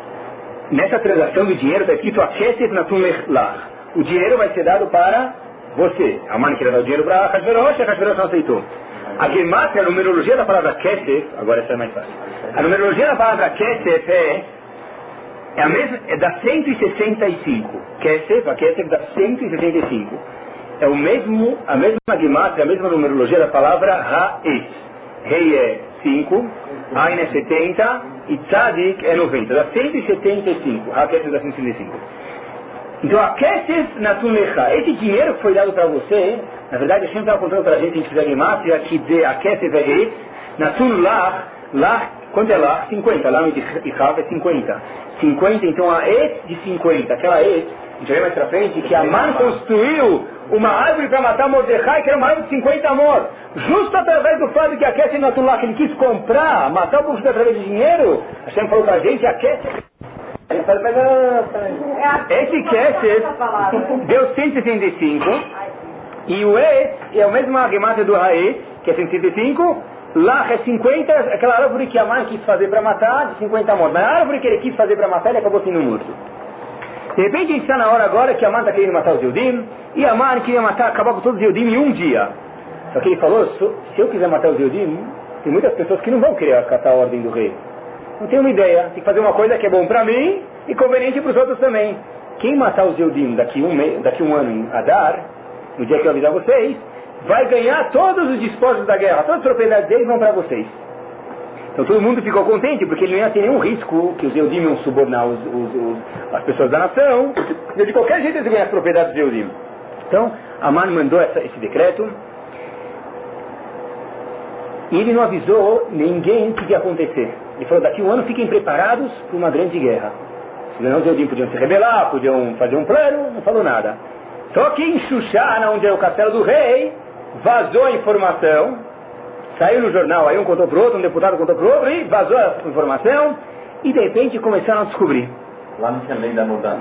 Nessa transação do dinheiro está escrito o dinheiro vai ser dado para você. A mãe queria dar o dinheiro para Hashverosh, e Hashverosh não aceitou. A Gematria, a numerologia da palavra Kesef, agora essa é mais fácil. A numerologia da palavra Kesef é a mesma, é da 165. Kesef, a Kesef dá 165. É o mesmo, a mesma Gematria, a mesma numerologia da palavra Ha'es. Rei é 5, Ain é 70 e Tzadik é 90. Dá 175. A Kesef dá 165. Então a Kesef Natunecha, esse dinheiro que foi dado para você, na verdade a gente estava contando para a gente, a gente fizer Gematria, que dizer a Kesef é Eit, Natun Lach, quanto é Lach? 50, lá e Rav é 50. 50, então a Et de 50, aquela Et, a gente vai mais pra frente, que Aman construiu uma árvore para matar Mordecai, que era uma árvore de 50 amor. Justo através do fato que a Kesef Natun Lach, ele quis comprar, matar o povo através de dinheiro, a gente falou para a gente, a Kesef... Esse Kesef deu 165 e o Et é a mesma Gematria do Haet, que é 165. Lá é 50, aquela árvore que a mãe quis fazer para matar, de 50 mortos. Mas a árvore que ele quis fazer para matar, ele acabou sendo morto. De repente a gente está na hora agora que a mãe está querendo matar os Yehudim, e a mãe queria acabar com todos os Yehudim em um dia. Só que ele falou, se eu quiser matar os Yehudim, tem muitas pessoas que não vão querer acatar a ordem do rei. Não tenho uma ideia, tem que fazer uma coisa que é bom para mim e conveniente para os outros também. Quem matar os Yehudim daqui um ano em Adar, no dia que eu avisar vocês, vai ganhar todos os despojos da guerra, todas as propriedades deles vão para vocês. Então todo mundo ficou contente, porque ele não ia ter nenhum risco que os Yehudim iam subornar as pessoas da nação, e de qualquer jeito eles iam ganhar as propriedades dos Yehudim. Então, Aman mandou esse decreto, e ele não avisou ninguém o que ia acontecer. Ele falou, daqui um ano fiquem preparados para uma grande guerra. Senão os Yehudim podiam se rebelar, podiam fazer um plano, não falou nada. Só que em Xuxana, onde é o castelo do rei, vazou a informação, saiu no jornal, aí um contou para o outro, um deputado contou para o outro, e vazou a informação, e de repente começaram a descobrir. Lá não tinha lei da mudança.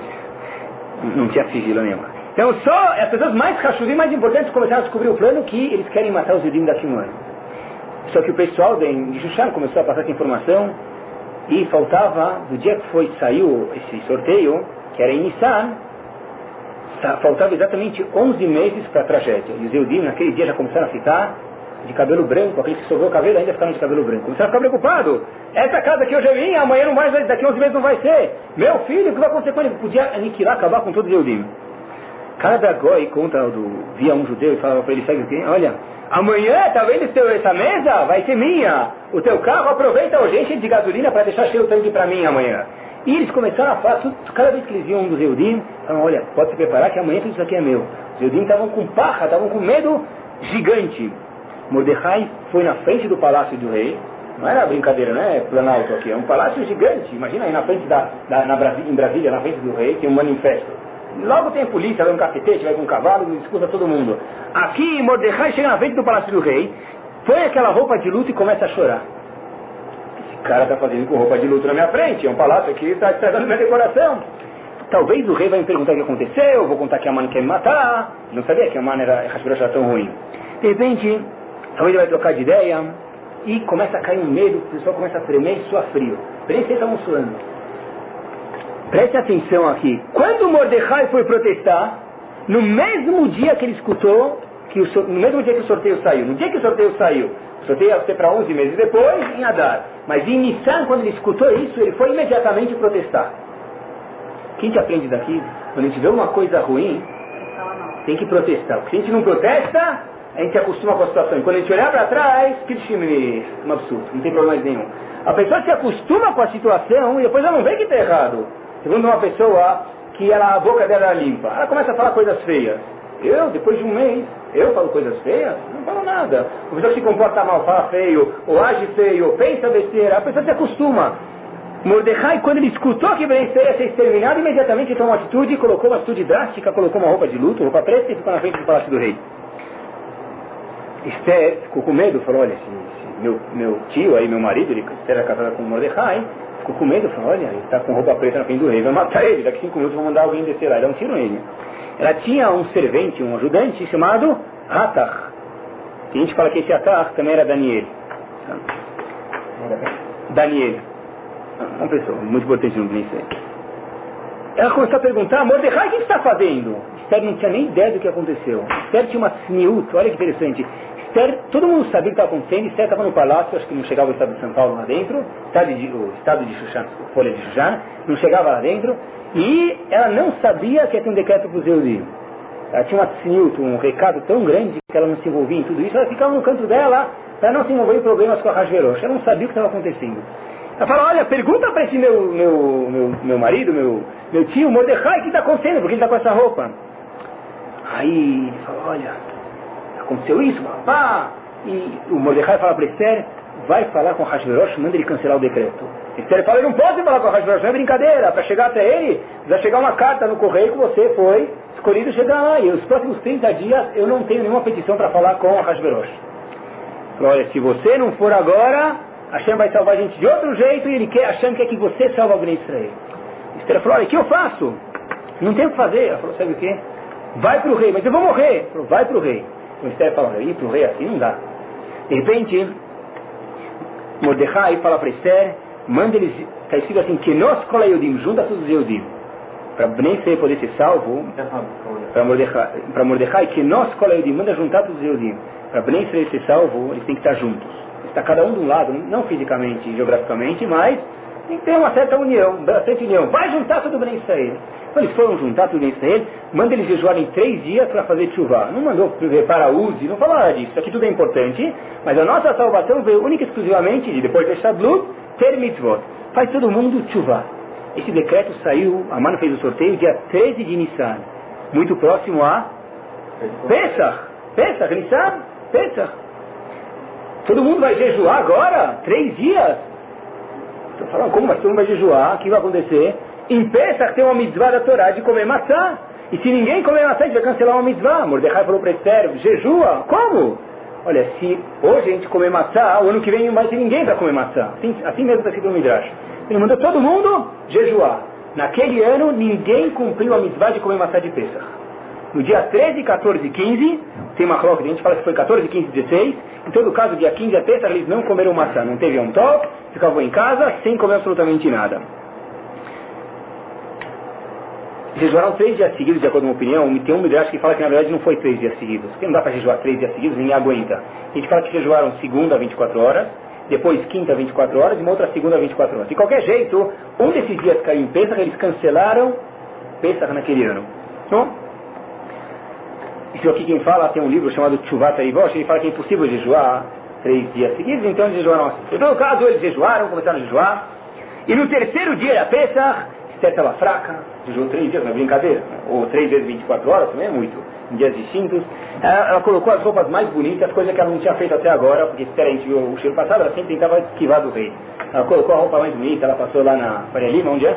Não tinha sigilo nenhuma. Então só as pessoas mais rachudim, mais importantes, começaram a descobrir o plano que eles querem matar os Yehudim daqui a um ano. Só que o pessoal de Xuxana começou a passar essa informação, e faltava, do dia que saiu esse sorteio, que era em Nissan, faltava exatamente 11 meses para a tragédia. E os Yehudim naquele dia já começaram a ficar de cabelo branco, aqueles que sobrou o cabelo ainda ficaram de cabelo branco. Começaram a ficar preocupados. Essa casa que eu já vim, amanhã não vai, daqui 11 meses não vai ser. Meu filho, o que vai acontecer com ele? Podia aniquilar, acabar com todos os Yehudim. Cada goi via um judeu e falava para ele, sabe o quê? Olha, amanhã, tá vendo essa mesa? Vai ser minha. O teu carro aproveita a urgência de gasolina para deixar cheio o tanque para mim amanhã. E eles começaram a falar, cada vez que eles viam um dos Yehudim, falavam, olha, pode se preparar que amanhã tudo isso aqui é meu. Os Yehudim estavam com parra, estavam com medo gigante. Mordecai foi na frente do palácio do rei, não era brincadeira, não é planalto aqui, é um palácio gigante. Imagina aí na frente em Brasília, na frente do rei, tem um manifesto. Logo tem a polícia, vai um cacetete, vai com um cavalo, discuta todo mundo. Aqui Mordecai chega na frente do palácio do rei, põe aquela roupa de luto e começa a chorar. O cara está fazendo com roupa de luto na minha frente, é um palácio aqui, está dando minha decoração. Talvez o rei vai me perguntar o que aconteceu, eu vou contar que a Amã quer me matar. Não sabia que a Amã era tão ruim. De repente, talvez ele vai trocar de ideia e começa a cair um medo, o pessoal começa a tremer e suar frio. Parece que eles estavam suando. Preste atenção aqui. Quando Mordecai foi protestar, no mesmo dia que ele escutou, no mesmo dia que o sorteio saiu, no dia que o sorteio saiu, o sorteio ia ser para 11 meses depois, em Adar. Mas em Nissan, quando ele escutou isso, ele foi imediatamente protestar. O que a gente aprende daqui? Quando a gente vê uma coisa ruim, tem que protestar. Porque se a gente não protesta, a gente se acostuma com a situação. E quando a gente olhar para trás, que time um absurdo, não tem problema nenhum. A pessoa se acostuma com a situação e depois ela não vê que está errado. Segundo uma pessoa que a boca dela era limpa, ela começa a falar coisas feias. Depois de um mês, eu falo coisas feias? Não falo nada. A pessoa se comporta mal, fala feio, ou age feio, ou pensa besteira, a pessoa se acostuma. Mordecai, quando ele escutou que ia ser exterminado, imediatamente tomou uma atitude, colocou uma atitude drástica, colocou uma roupa de luto, roupa preta e ficou na frente do palácio do rei. Esther ficou com medo, falou, olha, meu tio aí, meu marido, ele era casado com Mordecai, ficou com medo, falou, olha, ele está com roupa preta na frente do rei, vai matar ele, daqui 5 minutos vão mandar alguém descer lá e dar um tiro nele. Ela tinha um servente, um ajudante chamado Hatach. A gente fala que esse Hatach também era Daniel. Daniel. Uma pessoa muito importante no Ministério. ela começou a perguntar, Mordecai, o que você está fazendo? Esther não tinha nem ideia do que aconteceu. Esther tinha uma tzniut, olha que interessante. Esther, todo mundo sabia o que estava acontecendo. Esther estava no palácio, acho que não chegava o estado de São Paulo lá dentro, o estado de Shushan, Folha de Shushan, não chegava lá dentro, e ela não sabia que ia ter um decreto para os Eudim. Ela tinha uma tzniut, um recado tão grande que ela não se envolvia em tudo isso, ela ficava no canto dela para não se envolver em problemas com a Hashverosh. Ela não sabia o que estava acontecendo. Ela fala, olha, pergunta para esse meu marido, meu tio, Mordecai, o que está acontecendo, porque ele está com essa roupa. Aí ele fala, olha, aconteceu isso, papá. E o Mordecai fala para Esther, vai falar com Hashverosh, manda ele cancelar o decreto. Esther fala, eu não posso falar com Hashverosh, não é brincadeira, para chegar até ele, vai chegar uma carta no correio que você foi escolhido chegar lá, e os próximos 30 dias eu não tenho nenhuma petição para falar com Hashverosh. Fala, olha, se você não for agora, Hashem vai salvar a gente de outro jeito, e Hashem quer que você salve o Bnei Israel. Esther falou, olha, o que eu faço? Não tem o que fazer. Ela falou, sabe o quê? Vai para o rei, mas eu vou morrer. Ela falou, vai para o rei. O Esther falou, ir para o rei assim não dá. De repente, Mordecai fala para Esther, manda eles, está escrito assim, que nós cola Yodim, junta todos os Yodim. Para Bnei Israel poder ser salvo, para Mordecai, que nós cola Yodim, manda juntar todos os Yodim. Para Bnei Israel ser salvo, eles têm que estar juntos. Está cada um de um lado, não fisicamente, geograficamente, mas tem que ter uma certa união, bastante união. Vai juntar todo o Bnei Israel. Então eles foram juntar todo o Bnei Israel, manda eles jejuarem 3 dias para fazer tshuva. Não mandou preparar uzi, não falou nada disso. Isso aqui tudo é importante, mas a nossa salvação veio única e exclusivamente de, depois de Shadlut, ter mitzvot. Faz todo mundo tshuva. Esse decreto saiu, a Mano fez o sorteio dia 13 de Nissan, muito próximo a Pesach, Nissan, Pesach. Todo mundo vai jejuar agora? 3 dias? Estou falando, como? Mas todo mundo vai jejuar? O que vai acontecer? Em Pesach tem uma mitzvah da Torá de comer maçã. E se ninguém comer maçã, a gente vai cancelar uma mitzvah. Mordecai falou para Esther, jejua? Como? Olha, se hoje a gente comer maçã, o ano que vem não vai ter ninguém para comer maçã. Assim mesmo está escrito no Midrash. Ele mandou todo mundo jejuar. Naquele ano, ninguém cumpriu a mitzvah de comer maçã de Pesach. No dia 13, 14 e 15, tem uma cloca, a gente fala que foi 14, 15 e 16. Em todo caso, dia 15 a Pesach, eles não comeram maçã. Não teve um top, ficavam em casa sem comer absolutamente nada. Jejuaram 3 dias seguidos, de acordo com a minha opinião. Tem um Midrash que fala que na verdade não foi 3 dias seguidos. Porque não dá para jejuar 3 dias seguidos, ninguém aguenta. A gente fala que jejuaram segunda 24 horas, depois quinta 24 horas e uma outra segunda 24 horas. De qualquer jeito, um desses dias caiu em Pesach, eles cancelaram Pesach naquele ano. Então, isso aqui quem fala, tem um livro chamado Tshuvat Harivosh, ele fala que é impossível jejuar 3 dias seguidos, então eles jejuaram assim. Em todo caso, eles jejuaram, começaram a jejuar, e no terceiro dia da Pesach, Esther estava fraca, jejuou 3 dias, não é brincadeira, ou 3 vezes 24 horas, também é muito, em dias distintos. Ela colocou as roupas mais bonitas, coisa que ela não tinha feito até agora, porque Esther, a gente viu o cheiro passado, ela sempre tentava esquivar do rei. Ela colocou a roupa mais bonita, ela passou lá na Faria Lima, onde é?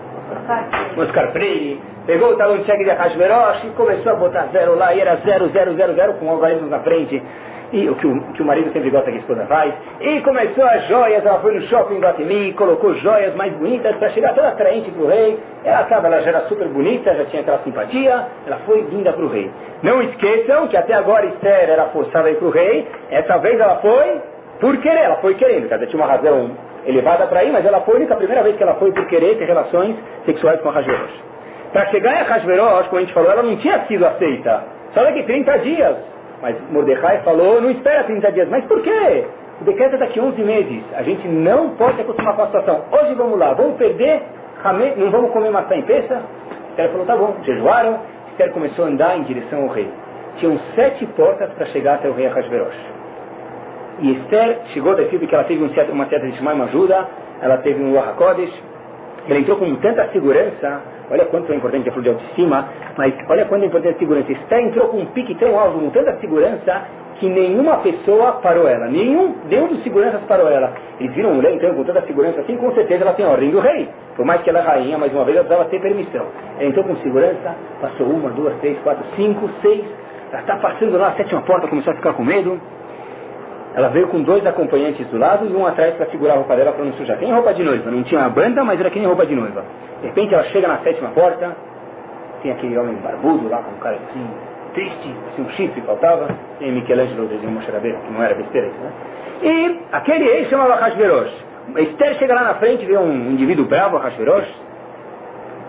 Oscar Freire, pegou o talão de cheque de Hashverosh e começou a botar 0 lá, e era 0, 0, 0, 0, com algarismos na frente, e o que o marido sempre gosta que a esposa faz, e começou as joias, ela foi no shopping Guatemi, colocou joias mais bonitas para chegar toda atraente para o rei. Ela já era super bonita, já tinha aquela simpatia, ela foi linda para o rei. Não esqueçam que até agora Esther era forçada a ir para o rei, essa vez ela foi por querer, ela foi querendo, ela tinha uma razão elevada para ir, mas ela foi a única primeira vez que ela foi por querer ter relações sexuais com Hashverosh. Para chegar em Hashverosh, como a gente falou, ela não tinha sido aceita, só daqui 30 dias. Mas Mordecai falou, não espera 30 dias. Mas por quê? O decreto é daqui 11 meses. A gente não pode se acostumar com a situação. Hoje vamos lá, vamos perder, não vamos comer maçã em Pesach? Esther falou, tá bom, jejuaram. Esther começou a andar em direção ao rei. Tinham 7 portas para chegar até o rei Ahasverosh. E Esther chegou daqui porque ela teve uma certa uma ajuda, ela teve um Ruach HaKodesh, ela entrou com tanta segurança. Olha quanto é importante a flor de autoestima, mas olha quanto é importante a segurança. Esther entrou com um pique tão alto, com tanta segurança, que nenhuma pessoa parou ela. Nenhum dos seguranças parou ela. Eles viram a mulher entrando com tanta segurança assim, com certeza ela tem a ordem do rei. Por mais que ela é rainha, mais uma vez ela precisava ter permissão. Ela entrou com segurança, passou 1, 2, 3, 4, 5, 6. Ela está passando lá a 7ª porta, começou a ficar com medo. Ela veio com 2 acompanhantes do lado e um atrás para segurar a roupa dela para não sujar. Tem roupa de noiva, não tinha banda, mas era que nem roupa de noiva. De repente ela chega na 7ª porta, tem aquele homem barbudo lá com um cara assim, triste, assim, um chifre faltava, tem Michelangelo desenho Moshe Rabbeinu, que não era besteira isso, né? E aquele rei chamava Ahasverosh. Esther chega lá na frente, vê um indivíduo bravo, Ahasverosh.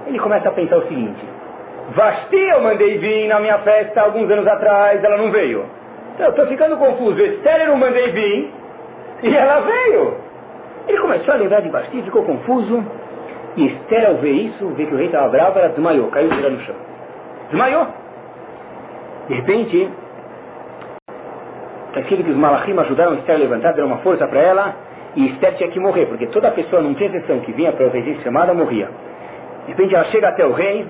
ele começa a pensar o seguinte: Vashti eu mandei vir na minha festa alguns anos atrás, ela não veio. Então eu estou ficando confuso, Esther eu não mandei vir e ela veio. Ele começou a lembrar de Vashti, ficou confuso, e Esther ao ver isso, ver que o rei estava bravo, ela desmaiou, caiu virando no chão. Desmaiou. De repente, está escrito que os malachim ajudaram Esther a levantar, deram uma força para ela, e Esther tinha que morrer, porque toda pessoa, não tinha exceção, que vinha para o rei chamada, morria. De repente ela chega até o rei,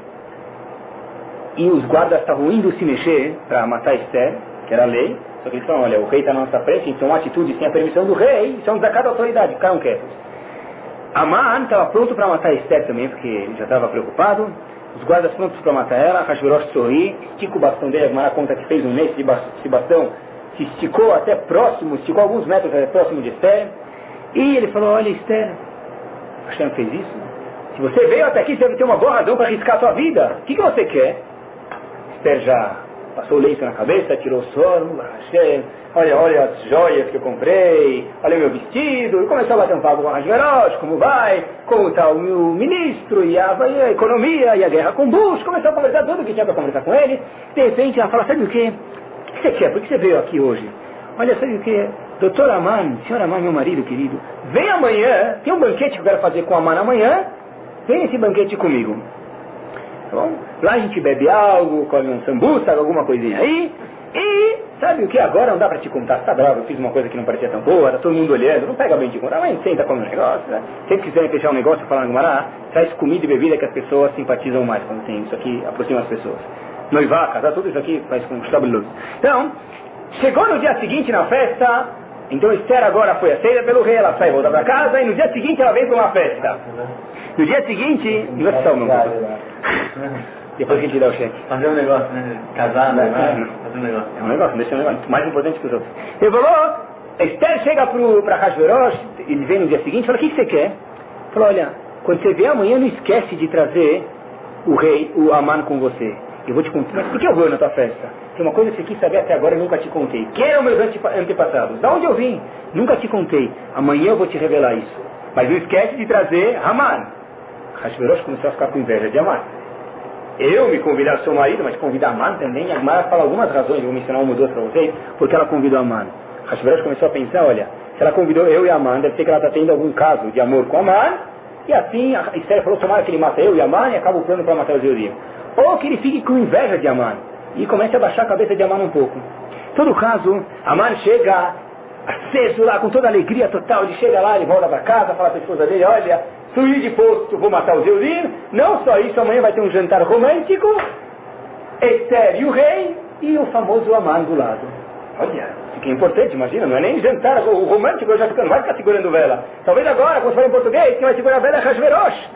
e os guardas estavam indo se mexer para matar Esther, que era a lei, só que eles falaram: olha, o rei está na nossa frente, então uma atitude sem a permissão do rei, isso é um desacato da autoridade, ficaram quietos. Aman estava pronto para matar Esther também, porque ele já estava preocupado. Os guardas prontos para matar ela. Hashverosh sorri, estica o bastão dele, a Gemara conta que fez um mês, esse bastão se esticou até próximo, esticou alguns metros até próximo de Esther. E ele falou: olha, Esther, Hashem fez isso. Se você veio até aqui, você deve ter uma boa razão para arriscar a sua vida. O que você quer? Esther já passou o leito na cabeça, tirou o sono, Hashem, olha as joias que eu comprei, olha o meu vestido, e começou a bater um papo com a Hashverosh, como vai, como está o meu ministro, e a economia, e a guerra com Bush, começou a conversar tudo o que tinha para conversar com ele. De repente ela fala: sabe o quê? O que você quer? Por que você veio aqui hoje? Olha, sabe o quê? Doutor Aman, senhor Aman, meu marido querido, vem amanhã, tem um banquete que eu quero fazer com Aman amanhã, vem esse banquete comigo. Tá bom? Lá a gente bebe algo, come um sambuça, alguma coisinha aí, e sabe o que? Agora não dá pra te contar, você tá bravo, eu fiz uma coisa que não parecia tão boa, tá todo mundo olhando, não pega bem de contar, mas senta, come um negócio, né? Sempre que quiserem fechar um negócio, falar no Gumará, traz comida e bebida que as pessoas simpatizam mais quando tem isso aqui, aproxima as pessoas. Noivar, casar, tudo isso aqui faz com estabeloso. Então, chegou no dia seguinte na festa, então Esther agora foi aceita pelo rei, ela sai e volta pra casa, e no dia seguinte ela vem pra uma festa. No dia seguinte, não vai precisar o meu depois que a gente dá o cheque. Fazer um negócio, né? Casar, né? Fazer um negócio. É um negócio, deixa um negócio mais importante que os outros. Ele falou: Esther chega para Hashverosh, ele vem no dia seguinte e fala: o que você quer? Ele falou: olha, quando você vier amanhã, não esquece de trazer o rei, o Aman com você. Eu vou te contar. Mas por que eu vou na tua festa? Tem uma coisa que você quis saber até agora e nunca te contei. Quem eram meus antepassados? Da onde eu vim? Nunca te contei. Amanhã eu vou te revelar isso. Mas não esquece de trazer Aman. Hashverosh começou a ficar com inveja de Aman. Eu me convidar seu marido, mas convidar Aman também. A Gemara fala algumas razões, vou mencionar uma ou duas para vocês, porque ela convidou Aman. Hashverosh começou a pensar: olha, se ela convidou eu e Aman, deve ser que ela está tendo algum caso de amor com Aman, e assim a Esther falou: tomara que ele mata eu e Aman e acaba o plano para matar os judeus. Ou que ele fique com inveja de Aman e comece a baixar a cabeça de Aman um pouco. Em todo caso, Aman chega aceso lá, com toda a alegria total, ele chega lá, ele volta para casa, fala para a esposa dele: olha, subi de posto, vou matar os Eudim. Não só isso, amanhã vai ter um jantar romântico, Esther e o rei, e o famoso Aman do lado. Olha, isso que é importante, imagina, não é nem jantar o romântico, eu já não vai ficar segurando vela. Talvez agora, quando for em português, quem vai segurar a vela é Hashverosh.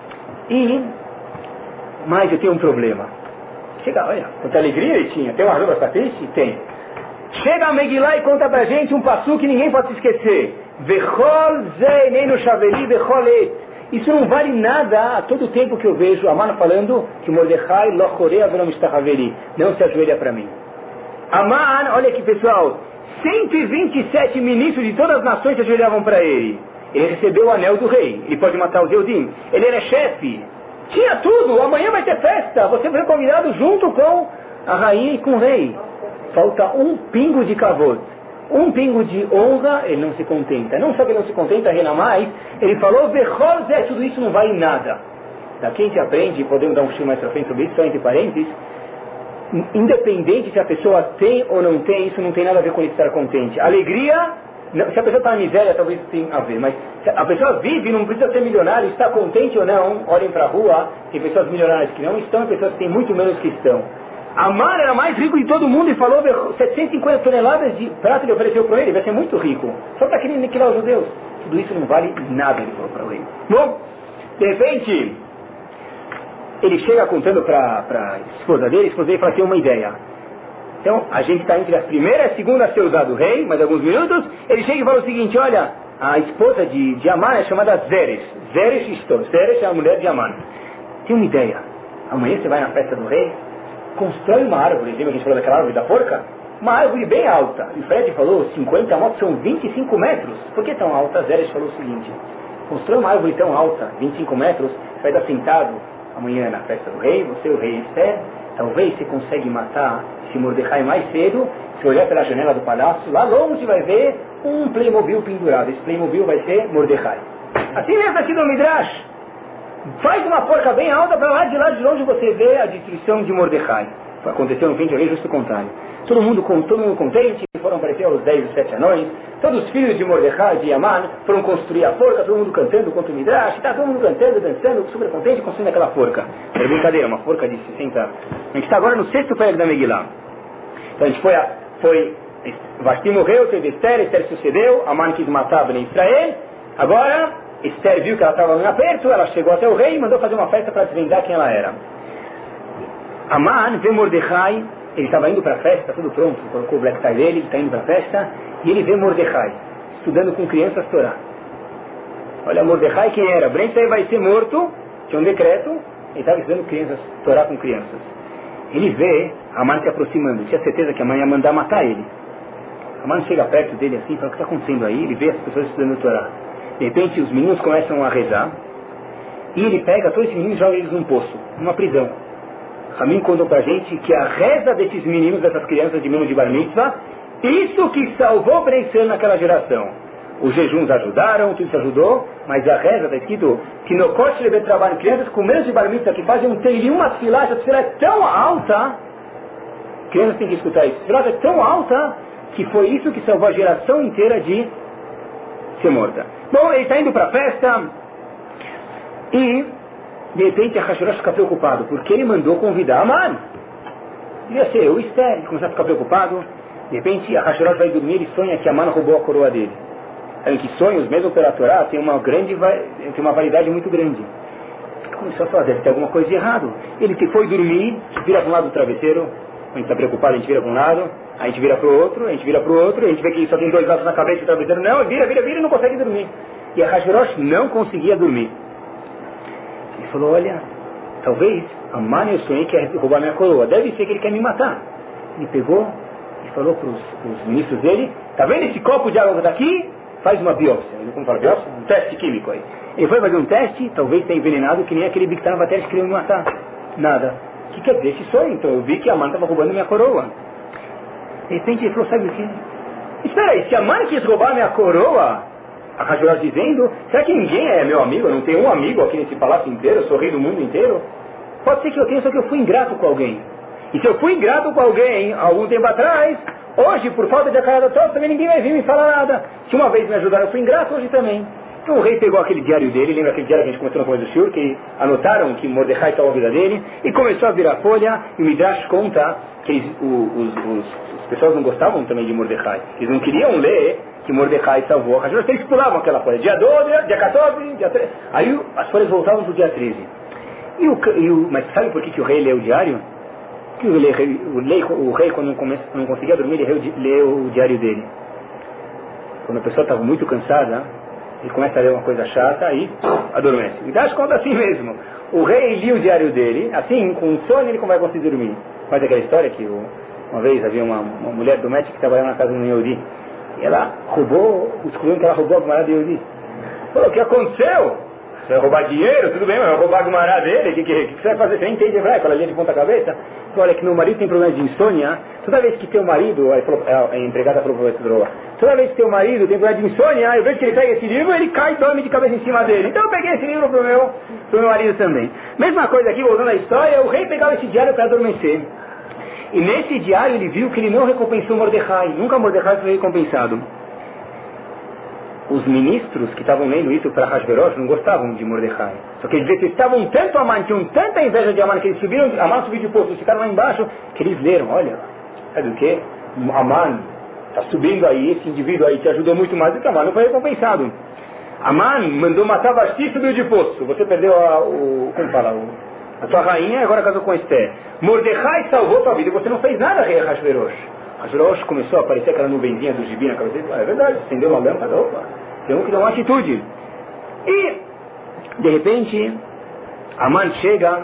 Mas eu tenho um problema. Chega, olha, quanta alegria ele tinha. Tem uma razão para ficar triste? Tem. Chega a Megillah e conta pra gente um passu que ninguém pode se esquecer. Vechol ze neino shaveli vechol et. Isso não vale nada a todo tempo que eu vejo Aman falando que Mordechai lo chorea velom ishtachaveli. Não se ajoelha para mim. Aman, olha aqui pessoal, 127 ministros de todas as nações se ajoelhavam para ele. Ele recebeu o anel do rei. Ele pode matar os Eudim. Ele era chefe. Tinha tudo. Amanhã vai ter festa. Você foi convidado junto com a rainha e com o rei. Falta um pingo de kavod. Um pingo de honra, ele não se contenta. Não só que ele não se contenta, reina mais. Ele falou: Bechol Zé, tudo isso não vale nada. Daqui a gente aprende, podemos dar um chute mais pra frente sobre isso, só entre parênteses. Independente se a pessoa tem ou não tem, isso não tem nada a ver com ele estar contente. Alegria, não, se a pessoa está na miséria, talvez tenha a ver. Mas se a pessoa vive, não precisa ser milionário, está contente ou não, olhem para a rua, tem pessoas milionárias que não estão e pessoas que têm muito menos que estão. Aman era mais rico de todo mundo e falou: 750 toneladas de prata ele ofereceu para ele, vai ser muito rico. Só para querer aniquilar os judeus. Tudo isso não vale nada, ele falou para ele. Bom, de repente, ele chega contando para a esposa dele fala: tem uma ideia. Então, a gente está entre a primeira e a segunda a ser usado o rei, mais alguns minutos. Ele chega e fala o seguinte: olha, a esposa de Aman é chamada Zeresh. Zeresh é a mulher de Aman. Tem uma ideia. Amanhã você vai na festa do rei, constrói uma árvore. Lembra que a gente falou daquela árvore da forca? Uma árvore bem alta. E o Fred falou 50 motos são 25 metros. Por que tão alta? Zeresh falou o seguinte: constrói uma árvore tão alta, 25 metros, você vai estar sentado amanhã na festa do rei, você, o rei Esther, talvez você consegue matar esse Mordecai mais cedo, se olhar pela janela do palácio, lá longe vai ver um Playmobil pendurado, esse Playmobil vai ser Mordecai. Assim mesmo aqui no Midrash, faz uma forca bem alta para lá de longe você vê a destruição de Mordecai. Aconteceu no fim de rei, justo o contrário. Todo mundo contente, foram aparecer os 10 e os 7 anões, todos os filhos de Mordecai, de Aman, foram construir a forca, todo mundo cantando contra o Midrash, tá todo mundo cantando, dançando, super contente, construindo aquela forca. Era brincadeira, uma forca de 60. A gente está agora no 6º périodo da Megillah. Então a gente foi Vashti morreu, teve Esther sucedeu, Aman quis matar Bnei Israel, agora Esther viu que ela estava no aperto, ela chegou até o rei e mandou fazer uma festa para desvendar quem ela era. Aman vê Mordecai, ele estava indo para a festa, tudo pronto, colocou o black tie dele, ele está indo para a festa, e ele vê Mordecai, estudando com crianças Torá. Olha, Mordecai quem era? Bnei Israel vai ser morto, tinha um decreto, ele estava estudando crianças, Torá com crianças. Ele vê Aman se aproximando, tinha certeza que Aman ia mandar matar ele. Aman chega perto dele assim, fala, o que está acontecendo aí? Ele vê as pessoas estudando Torá. De repente os meninos começam a rezar, e ele pega todos esses meninos e joga eles num poço, numa prisão. Ramin contou pra gente que a reza desses meninos, dessas crianças de menino de Bar Mitzvah, isso que salvou Bnei Israel naquela geração. Os jejuns ajudaram, tudo isso ajudou, mas a reza está escrito que no corte de trabalho, crianças com menos de Bar Mitzvah que fazem um teilim, uma tefilá, essa tefilá é tão alta, crianças têm que escutar isso, a tefilá é tão alta que foi isso que salvou a geração inteira de ser morta. Bom, ele está indo para a festa e de repente a Hashverosh fica preocupado, porque ele mandou convidar Aman. Devia ser eu, Esther. Ele começa a ficar preocupado. De repente a Hashverosh vai dormir e sonha que Aman roubou a coroa dele. Sabem que sonhos, mesmo pela Torá, tem uma validade muito grande. Ele começou a falar, deve ter alguma coisa de errado. Ele foi dormir, vira para um lado do travesseiro, a gente está preocupado, a gente vira para um lado, a gente vira para o outro, a gente vira para o outro, a gente vê que só tem 2 lados na cabeça do travesseiro, não, vira e não consegue dormir. E a Hashverosh não conseguia dormir. Ele falou, olha, talvez Aman eu sonhei que ia roubar minha coroa. Deve ser que ele quer me matar. Ele pegou e falou para os ministros dele, tá vendo esse copo de água que está aqui? Faz uma biópsia. Ele como fala biópsia? Um teste químico aí. Ele foi fazer um teste, talvez tenha envenenado, que nem aquele bicho que estava na bateria que queria me matar. Nada. O que quer dizer esse sonho? Então eu vi que Aman estava roubando minha coroa. De repente ele falou, sabe o que? Espera aí, se Aman quis roubar minha coroa... A Hashverosh dizendo, será que ninguém é meu amigo? Eu não tenho um amigo aqui nesse palácio inteiro, eu sou rei do mundo inteiro? Pode ser que eu tenha, só que eu fui ingrato com alguém. E se eu fui ingrato com alguém há algum tempo atrás, hoje, por falta de acarada toda, também ninguém vai vir me falar nada. Se uma vez me ajudaram, eu fui ingrato, hoje também. Então o rei pegou aquele diário dele, lembra aquele diário que a gente começou no começo do Shur, que anotaram que Mordecai salvou a vida dele, e começou a virar a folha, e o Midrash conta que as pessoas não gostavam também de Mordecai. Eles não queriam ler que Mordecai salvou a Hashverosh, eles pulavam aquela folha, dia 12, dia 14, dia 13. Aí as folhas voltavam para o dia 13. Mas sabe por que o rei leu o diário? Que o rei, quando não conseguia dormir, ele leu o diário dele. Quando a pessoa estava muito cansada, ele começa a ler uma coisa chata e adormece. E dá conta assim mesmo. O rei lia o diário dele, assim, com um sono ele como vai conseguir dormir. Mas aquela história que uma vez havia uma mulher doméstica que trabalhava na casa do Yehudi. E ela descobriu que ela roubou a Gumará de Yehudi. Falou, o que aconteceu? Você vai roubar dinheiro? Tudo bem, mas vai roubar a Gumará dele? O que você vai fazer? Você entende hebraico? Ela lia de ponta cabeça. Olha, que meu marido tem problema de insônia. Toda vez que teu marido, a empregada falou para o professor, toda vez que teu marido tem problema de insônia, eu vejo que ele pega esse livro, ele cai e dorme de cabeça em cima dele. Então eu peguei esse livro pro meu marido também. Mesma coisa aqui, voltando à história, o rei pegava esse diário para adormecer. E nesse diário ele viu que ele não recompensou Mordecai. Nunca Mordecai foi recompensado. Os ministros que estavam lendo isso para Hashverosh não gostavam de Mordecai. Só que eles detestavam tanto Aman, tinham tanta inveja de Aman, que eles subiram, Aman subiu de posto, eles ficaram lá embaixo, que eles leram, olha, sabe o que? Aman está subindo aí, esse indivíduo aí te ajudou muito mais do que Aman, não foi recompensado. Aman mandou matar Vashti e subiu de posto. Você perdeu a sua rainha e agora casou com Esther. Mordecai salvou tua vida e você não fez nada, rei Hashverosh. Hashverosh começou a aparecer aquela nuvenzinha do gibi na cabeça dele. É verdade, acendeu uma lâmpada, opa, tem um que dá uma atitude. E, de repente, Aman chega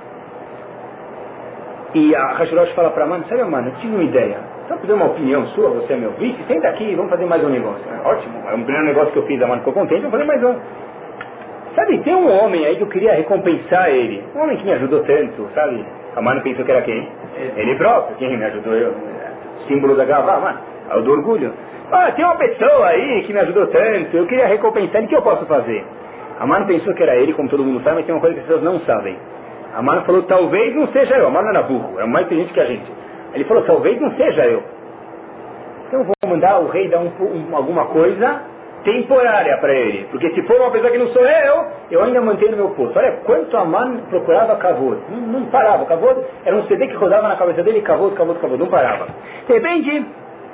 e a Hashverosh fala para Aman, sabe Aman, eu tive uma ideia. Só pedir uma opinião sua, você é meu vice, senta aqui e vamos fazer mais um negócio. Ótimo, é o primeiro negócio que eu fiz, Aman ficou contente, vamos fazer mais um. sabe, tem um homem aí que eu queria recompensar ele. Um homem que me ajudou tanto, sabe? Haman pensou que era quem? Ele próprio. Quem me ajudou? Eu. Símbolo da gavá, mano. É o do orgulho. Tem uma pessoa aí que me ajudou tanto, eu queria recompensar ele, o que eu posso fazer? Haman pensou que era ele, como todo mundo sabe, mas tem uma coisa que as pessoas não sabem. Haman falou, talvez não seja eu. Haman não era burro, era mais inteligente que a gente. Ele falou, talvez não seja eu. Então eu vou mandar o rei dar alguma coisa temporária para ele. Porque se for uma pessoa que não sou eu ainda mantenho no meu posto. Olha quanto Haman procurava kavod. Não parava. Kavod era um CD que rodava na cabeça dele, kavod, não parava. De repente,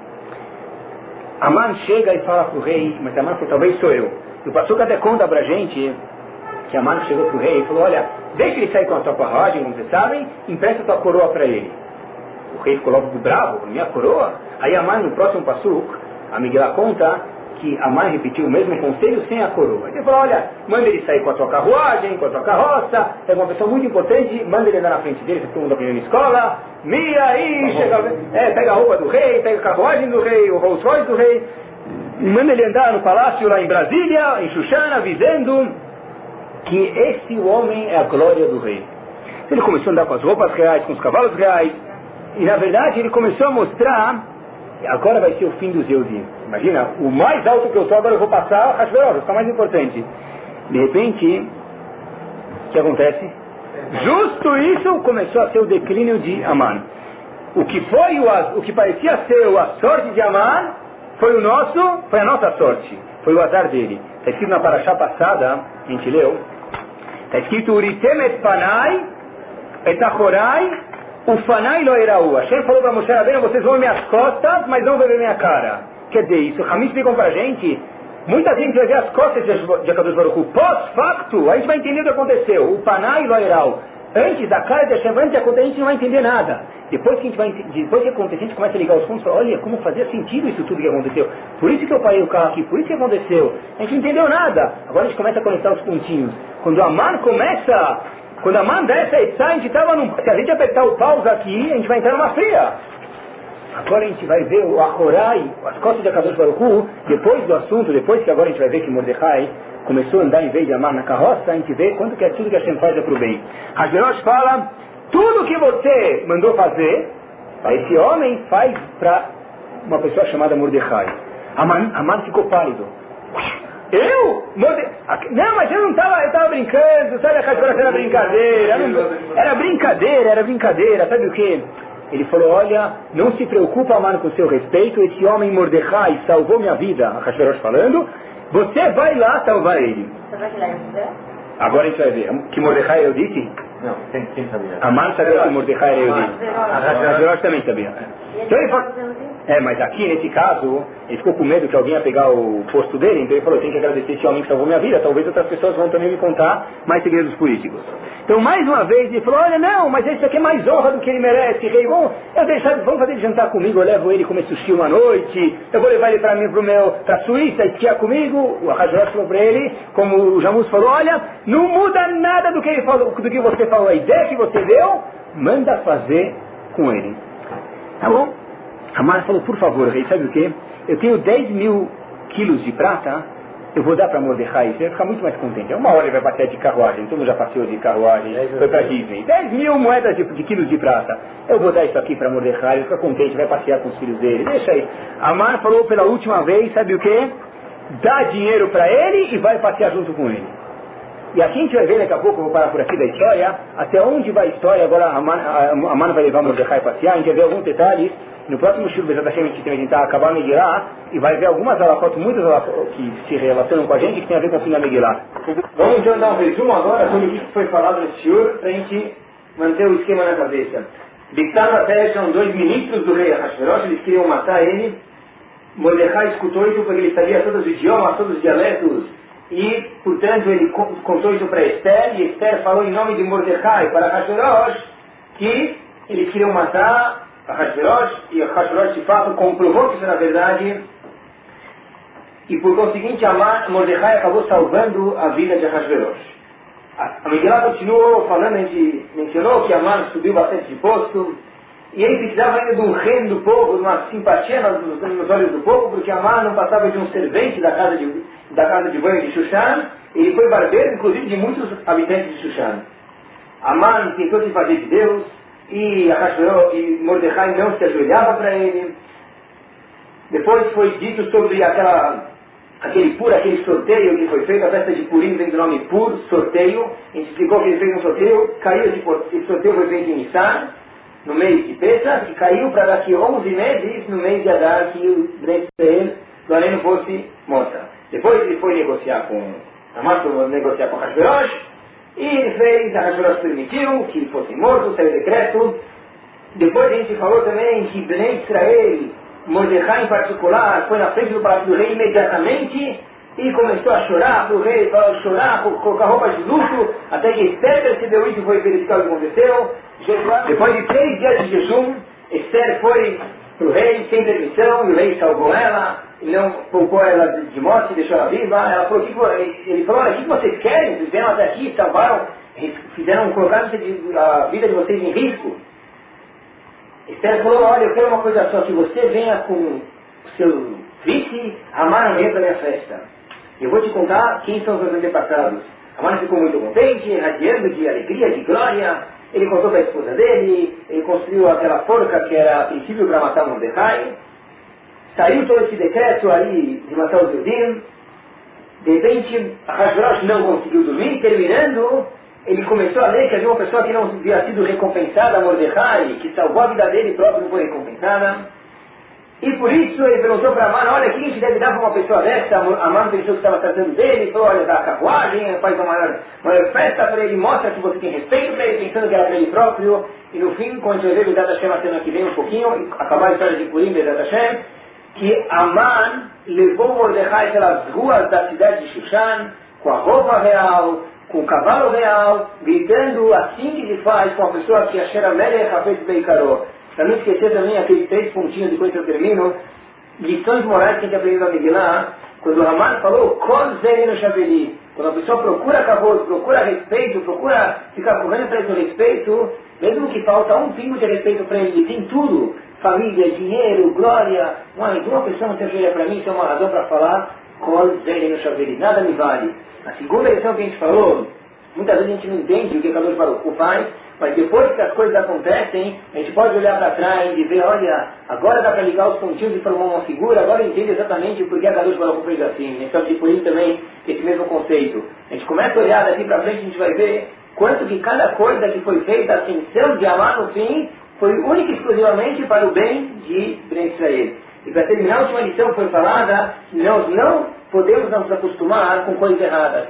Haman chega e fala para o rei, mas Haman falou, talvez sou eu. E o pastor até conta para a gente que Haman chegou para o rei e falou, olha, deixa ele sair com a tua carruagem, como vocês sabem, empresta a tua coroa para ele. O rei ficou logo bravo, minha coroa? Aí Haman, no próximo passuco, a Megilá conta que Haman repetiu o mesmo conselho sem a coroa. Ele falou, olha, manda ele sair com a tua carruagem, com a tua carroça, é uma pessoa muito importante, manda ele andar na frente dele, todo mundo aprendendo na escola, mira aí, pega a roupa do rei, pega a carruagem do rei, o Rolls Royce do rei, manda ele andar no palácio lá em Brasília, em Xuxana, avisando que esse homem é a glória do rei. Ele começou a andar com as roupas reais, com os cavalos reais, e na verdade ele começou a mostrar, agora vai ser o fim dos Yehudim. Imagina, o mais alto que eu estou, agora eu vou passar a Hashverosh, vai ficar mais importante. De repente, o que acontece? Justo isso começou a ser o declínio de Haman. O que parecia ser a sorte de Haman, foi a nossa sorte, foi o azar dele. Está escrito na Parashá passada, a gente leu, está escrito Uritem et panai et achorai ufanai lo erau. Hashem falou para Moshe Rabbeinu, vocês vão ver minhas costas, mas não vão ver minha cara. Quer dizer, isso Hamim explicam para a gente, muita gente vai ver as costas de Akadosh Baruch Hu. Pós-facto, a gente vai entender o que aconteceu. O panai lo erau. Antes da cara de Hashem, antes de acontecer, a gente não vai entender nada. Depois que acontece, a gente começa a ligar os pontos e fala, olha, como fazia sentido isso tudo que aconteceu. Por isso que eu parei o carro aqui, por isso que aconteceu. A gente não entendeu nada. Agora a gente começa a conectar os pontinhos. Quando a Haman dá essa etzá, a gente estava se a gente apertar o pause aqui, a gente vai entrar numa fria. Agora a gente vai ver o Achorai, as costas de Akadosh Baruch Hu, depois do assunto, depois que agora a gente vai ver que Mordecai começou a andar em vez de Haman na carroça, a gente vê quanto que é tudo que a Hashem faz é para o bem. Hashverosh fala, tudo que você mandou fazer, esse homem faz para uma pessoa chamada Mordecai. Haman ficou pálido. Eu? Não, mas eu não estava, eu estava brincando, sabe, a Hashverosh era brincadeira, era brincadeira, sabe o que? Ele falou, olha, não se preocupa, Haman, com o seu respeito, esse homem Mordecai salvou minha vida, a Hashverosh falando, você vai lá salvar ele. Você vai lá agora a gente vai ver. Que Mordecai eu disse? Não, quem sabia? Haman sabia que Mordecai era eu disse. A Hashverosh também sabia. Então ele falou, mas aqui nesse caso, ele ficou com medo que alguém ia pegar o posto dele, então ele falou, eu tenho que agradecer esse homem que salvou minha vida, talvez outras pessoas vão também me contar mais segredos políticos. Então mais uma vez ele falou, olha, não, mas isso aqui é mais honra do que ele merece, rei, vamos fazer ele jantar comigo, eu levo ele comer sushi uma noite, eu vou levar ele pra Suíça, esquiar comigo. O Hashverosh falou para ele, como o Jamus falou, olha, não muda nada do que ele falou, do que você falou, a ideia que você deu, manda fazer com ele. Tá bom? Haman falou, por favor, rei, sabe o quê? Eu tenho 10 mil quilos de prata, eu vou dar para Mordecai, você vai ficar muito mais contente. Uma hora ele vai passear de carruagem, todo mundo já passeou de carruagem, foi para Disney. 10 mil moedas de quilos de prata. Eu vou dar isso aqui para Mordecai, ele fica contente, vai passear com os filhos dele. Deixa aí. Haman falou pela última vez, sabe o quê? Dá dinheiro para ele e vai passear junto com ele. E aqui a gente vai ver daqui a pouco, eu vou parar por aqui da história, até onde vai a história. Agora Haman vai levar Mordecai a passear, a gente vai ver alguns detalhes. No próximo Shur Bezat Hashem a gente vai tentar acabar a Megillah e vai ver algumas alakot, muitas alakot que se relacionam com a gente, que tem a ver com o fim da Megillah. Vamos então dar um resumo agora sobre o que foi falado nesse Shur, para a gente manter o esquema na cabeça. Bictan Batesh são 2 ministros do rei Hashverosh, eles queriam matar ele. Mordecai escutou isso porque ele sabia todos os idiomas, todos os dialetos, e portanto ele contou isso para Esther, e Esther falou em nome de Mordecai para Hashverosh que eles queriam matar a Hashverosh, e a Hashverosh de fato comprovou que isso era verdade, e por conseguinte Mordecai acabou salvando a vida de Hashverosh. A Megillah continuou falando, a gente mencionou que Haman subiu bastante de posto, e ele precisava ainda de um reino do povo, de uma simpatia nos olhos do povo, porque Amã não passava de um servente da casa de banho de Shushan, ele foi barbeiro, inclusive, de muitos habitantes de Shushan. Amã tentou se fazer de Deus, e Mordecai não se ajoelhava para ele. Depois foi dito sobre aquele sorteio que foi feito, a festa de Purim vem do nome Pur, sorteio. A gente explicou que ele fez um sorteio, caiu esse sorteio foi feito em Nissan, no mês de Pesach, e caiu para daqui 11 meses, no mês de Adar, que o Bnei Israel, do além não fosse morta. Depois ele foi negociar com Hashverosh, e ele fez, a Hashverosh permitiu que ele fosse morto, saiu o decreto. Depois a gente falou também que Bnei Israel, Mordecai em particular, foi na frente do palácio do rei imediatamente e começou a chorar para o rei, chorar, colocar roupas de luto, até que Esther percebeu isso e foi verificar o que aconteceu. Depois de 3 dias de jejum, Esther foi para o rei sem permissão, e o rei salvou ela, e não poupou ela de morte, deixou ela viva. Ela falou, ele falou, olha, o que vocês querem? Vocês vieram até aqui, salvaram, colocaram a vida de vocês em risco. Esther falou, olha, eu quero uma coisa só, que você venha com o seu vice, Amã venha para a minha festa. E eu vou te contar quem são os meus antepassados. Amã ficou muito contente, radiando de alegria, de glória. Ele contou para a esposa dele, ele construiu aquela forca que era a princípio para matar Mordecai. Saiu todo esse decreto aí de matar os judeus. De repente, Hashverosh não conseguiu dormir, terminando, ele começou a ler que havia uma pessoa que não havia sido recompensada, Mordecai, que salvou a vida dele próprio, não foi recompensada. E por isso ele perguntou para Amã, olha, o que a gente deve dar para uma pessoa dessa? Amã pensou que estava tratando dele, falou, olha, dá a carruagem, faz uma maior festa para ele, mostra que você tem respeito para ele, pensando que era para ele próprio. E no fim, quando a gente vai ver o Bezat Hashem a semana que vem um pouquinho, e acabar a história de Purim, Bezat Hashem, que Amã levou Mordecai pelas ruas da cidade de Shushan, com a roupa real, com o cavalo real, gritando assim que se faz com a pessoa que Asher Amelech Hafetz Beikaró. Para não esquecer também aqueles 3 pontinhos de coisa que eu termino, lições morais que a gente aprendeu na Megillah, quando o Haman falou, Kol Zeri no Shaveli, quando a pessoa procura kavod, procura respeito, procura ficar correndo atrás do respeito, mesmo que falta um pingo de respeito para ele, tem tudo, família, dinheiro, glória, mas uma pessoa não se ajoelha para mim, isso é uma razão para falar, Kol Zeri no Shaveli, nada me vale. A segunda lição que a gente falou, muitas vezes a gente não entende o que o Kadosh Baruch Hu faz, mas depois que as coisas acontecem, a gente pode olhar para trás e ver, olha, agora dá para ligar os pontinhos e formar uma figura, agora entende exatamente por que a Kadosh Baruch Hu fez assim. A gente sabe de por isso também esse mesmo conceito. A gente começa a olhar daqui para frente, a gente vai ver quanto que cada coisa que foi feita, a ascensão de Amã no fim, foi única e exclusivamente para o bem de Bnei Israel. E para terminar, a última lição foi falada que nós não podemos nos acostumar com coisas erradas.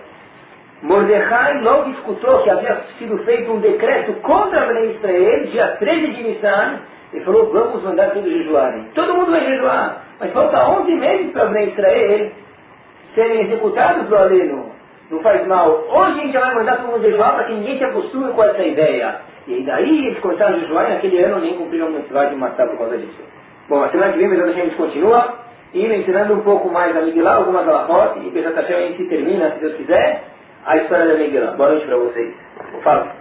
Mordecai logo escutou que havia sido feito um decreto contra Bnei Israel, dia 13 de Nissan, e falou, vamos mandar todos jejuarem. Todo mundo vai jejuar, mas falta 11 meses para Bnei Israel serem executados do aleno. Não faz mal. Hoje a gente já vai mandar todo mundo jejuar para que ninguém se acostume com essa ideia. E daí eles começaram a jejuar e naquele ano nem cumpriram a mitzvah de matar por causa disso. Bom, a semana que vem, Bezat Hashem, a gente continua, e ensinando um pouco mais a Megillah, algumas alahot, e Bezat Hashem a gente termina, se Deus quiser, a história da Megillah. Boa noite para vocês. Fala.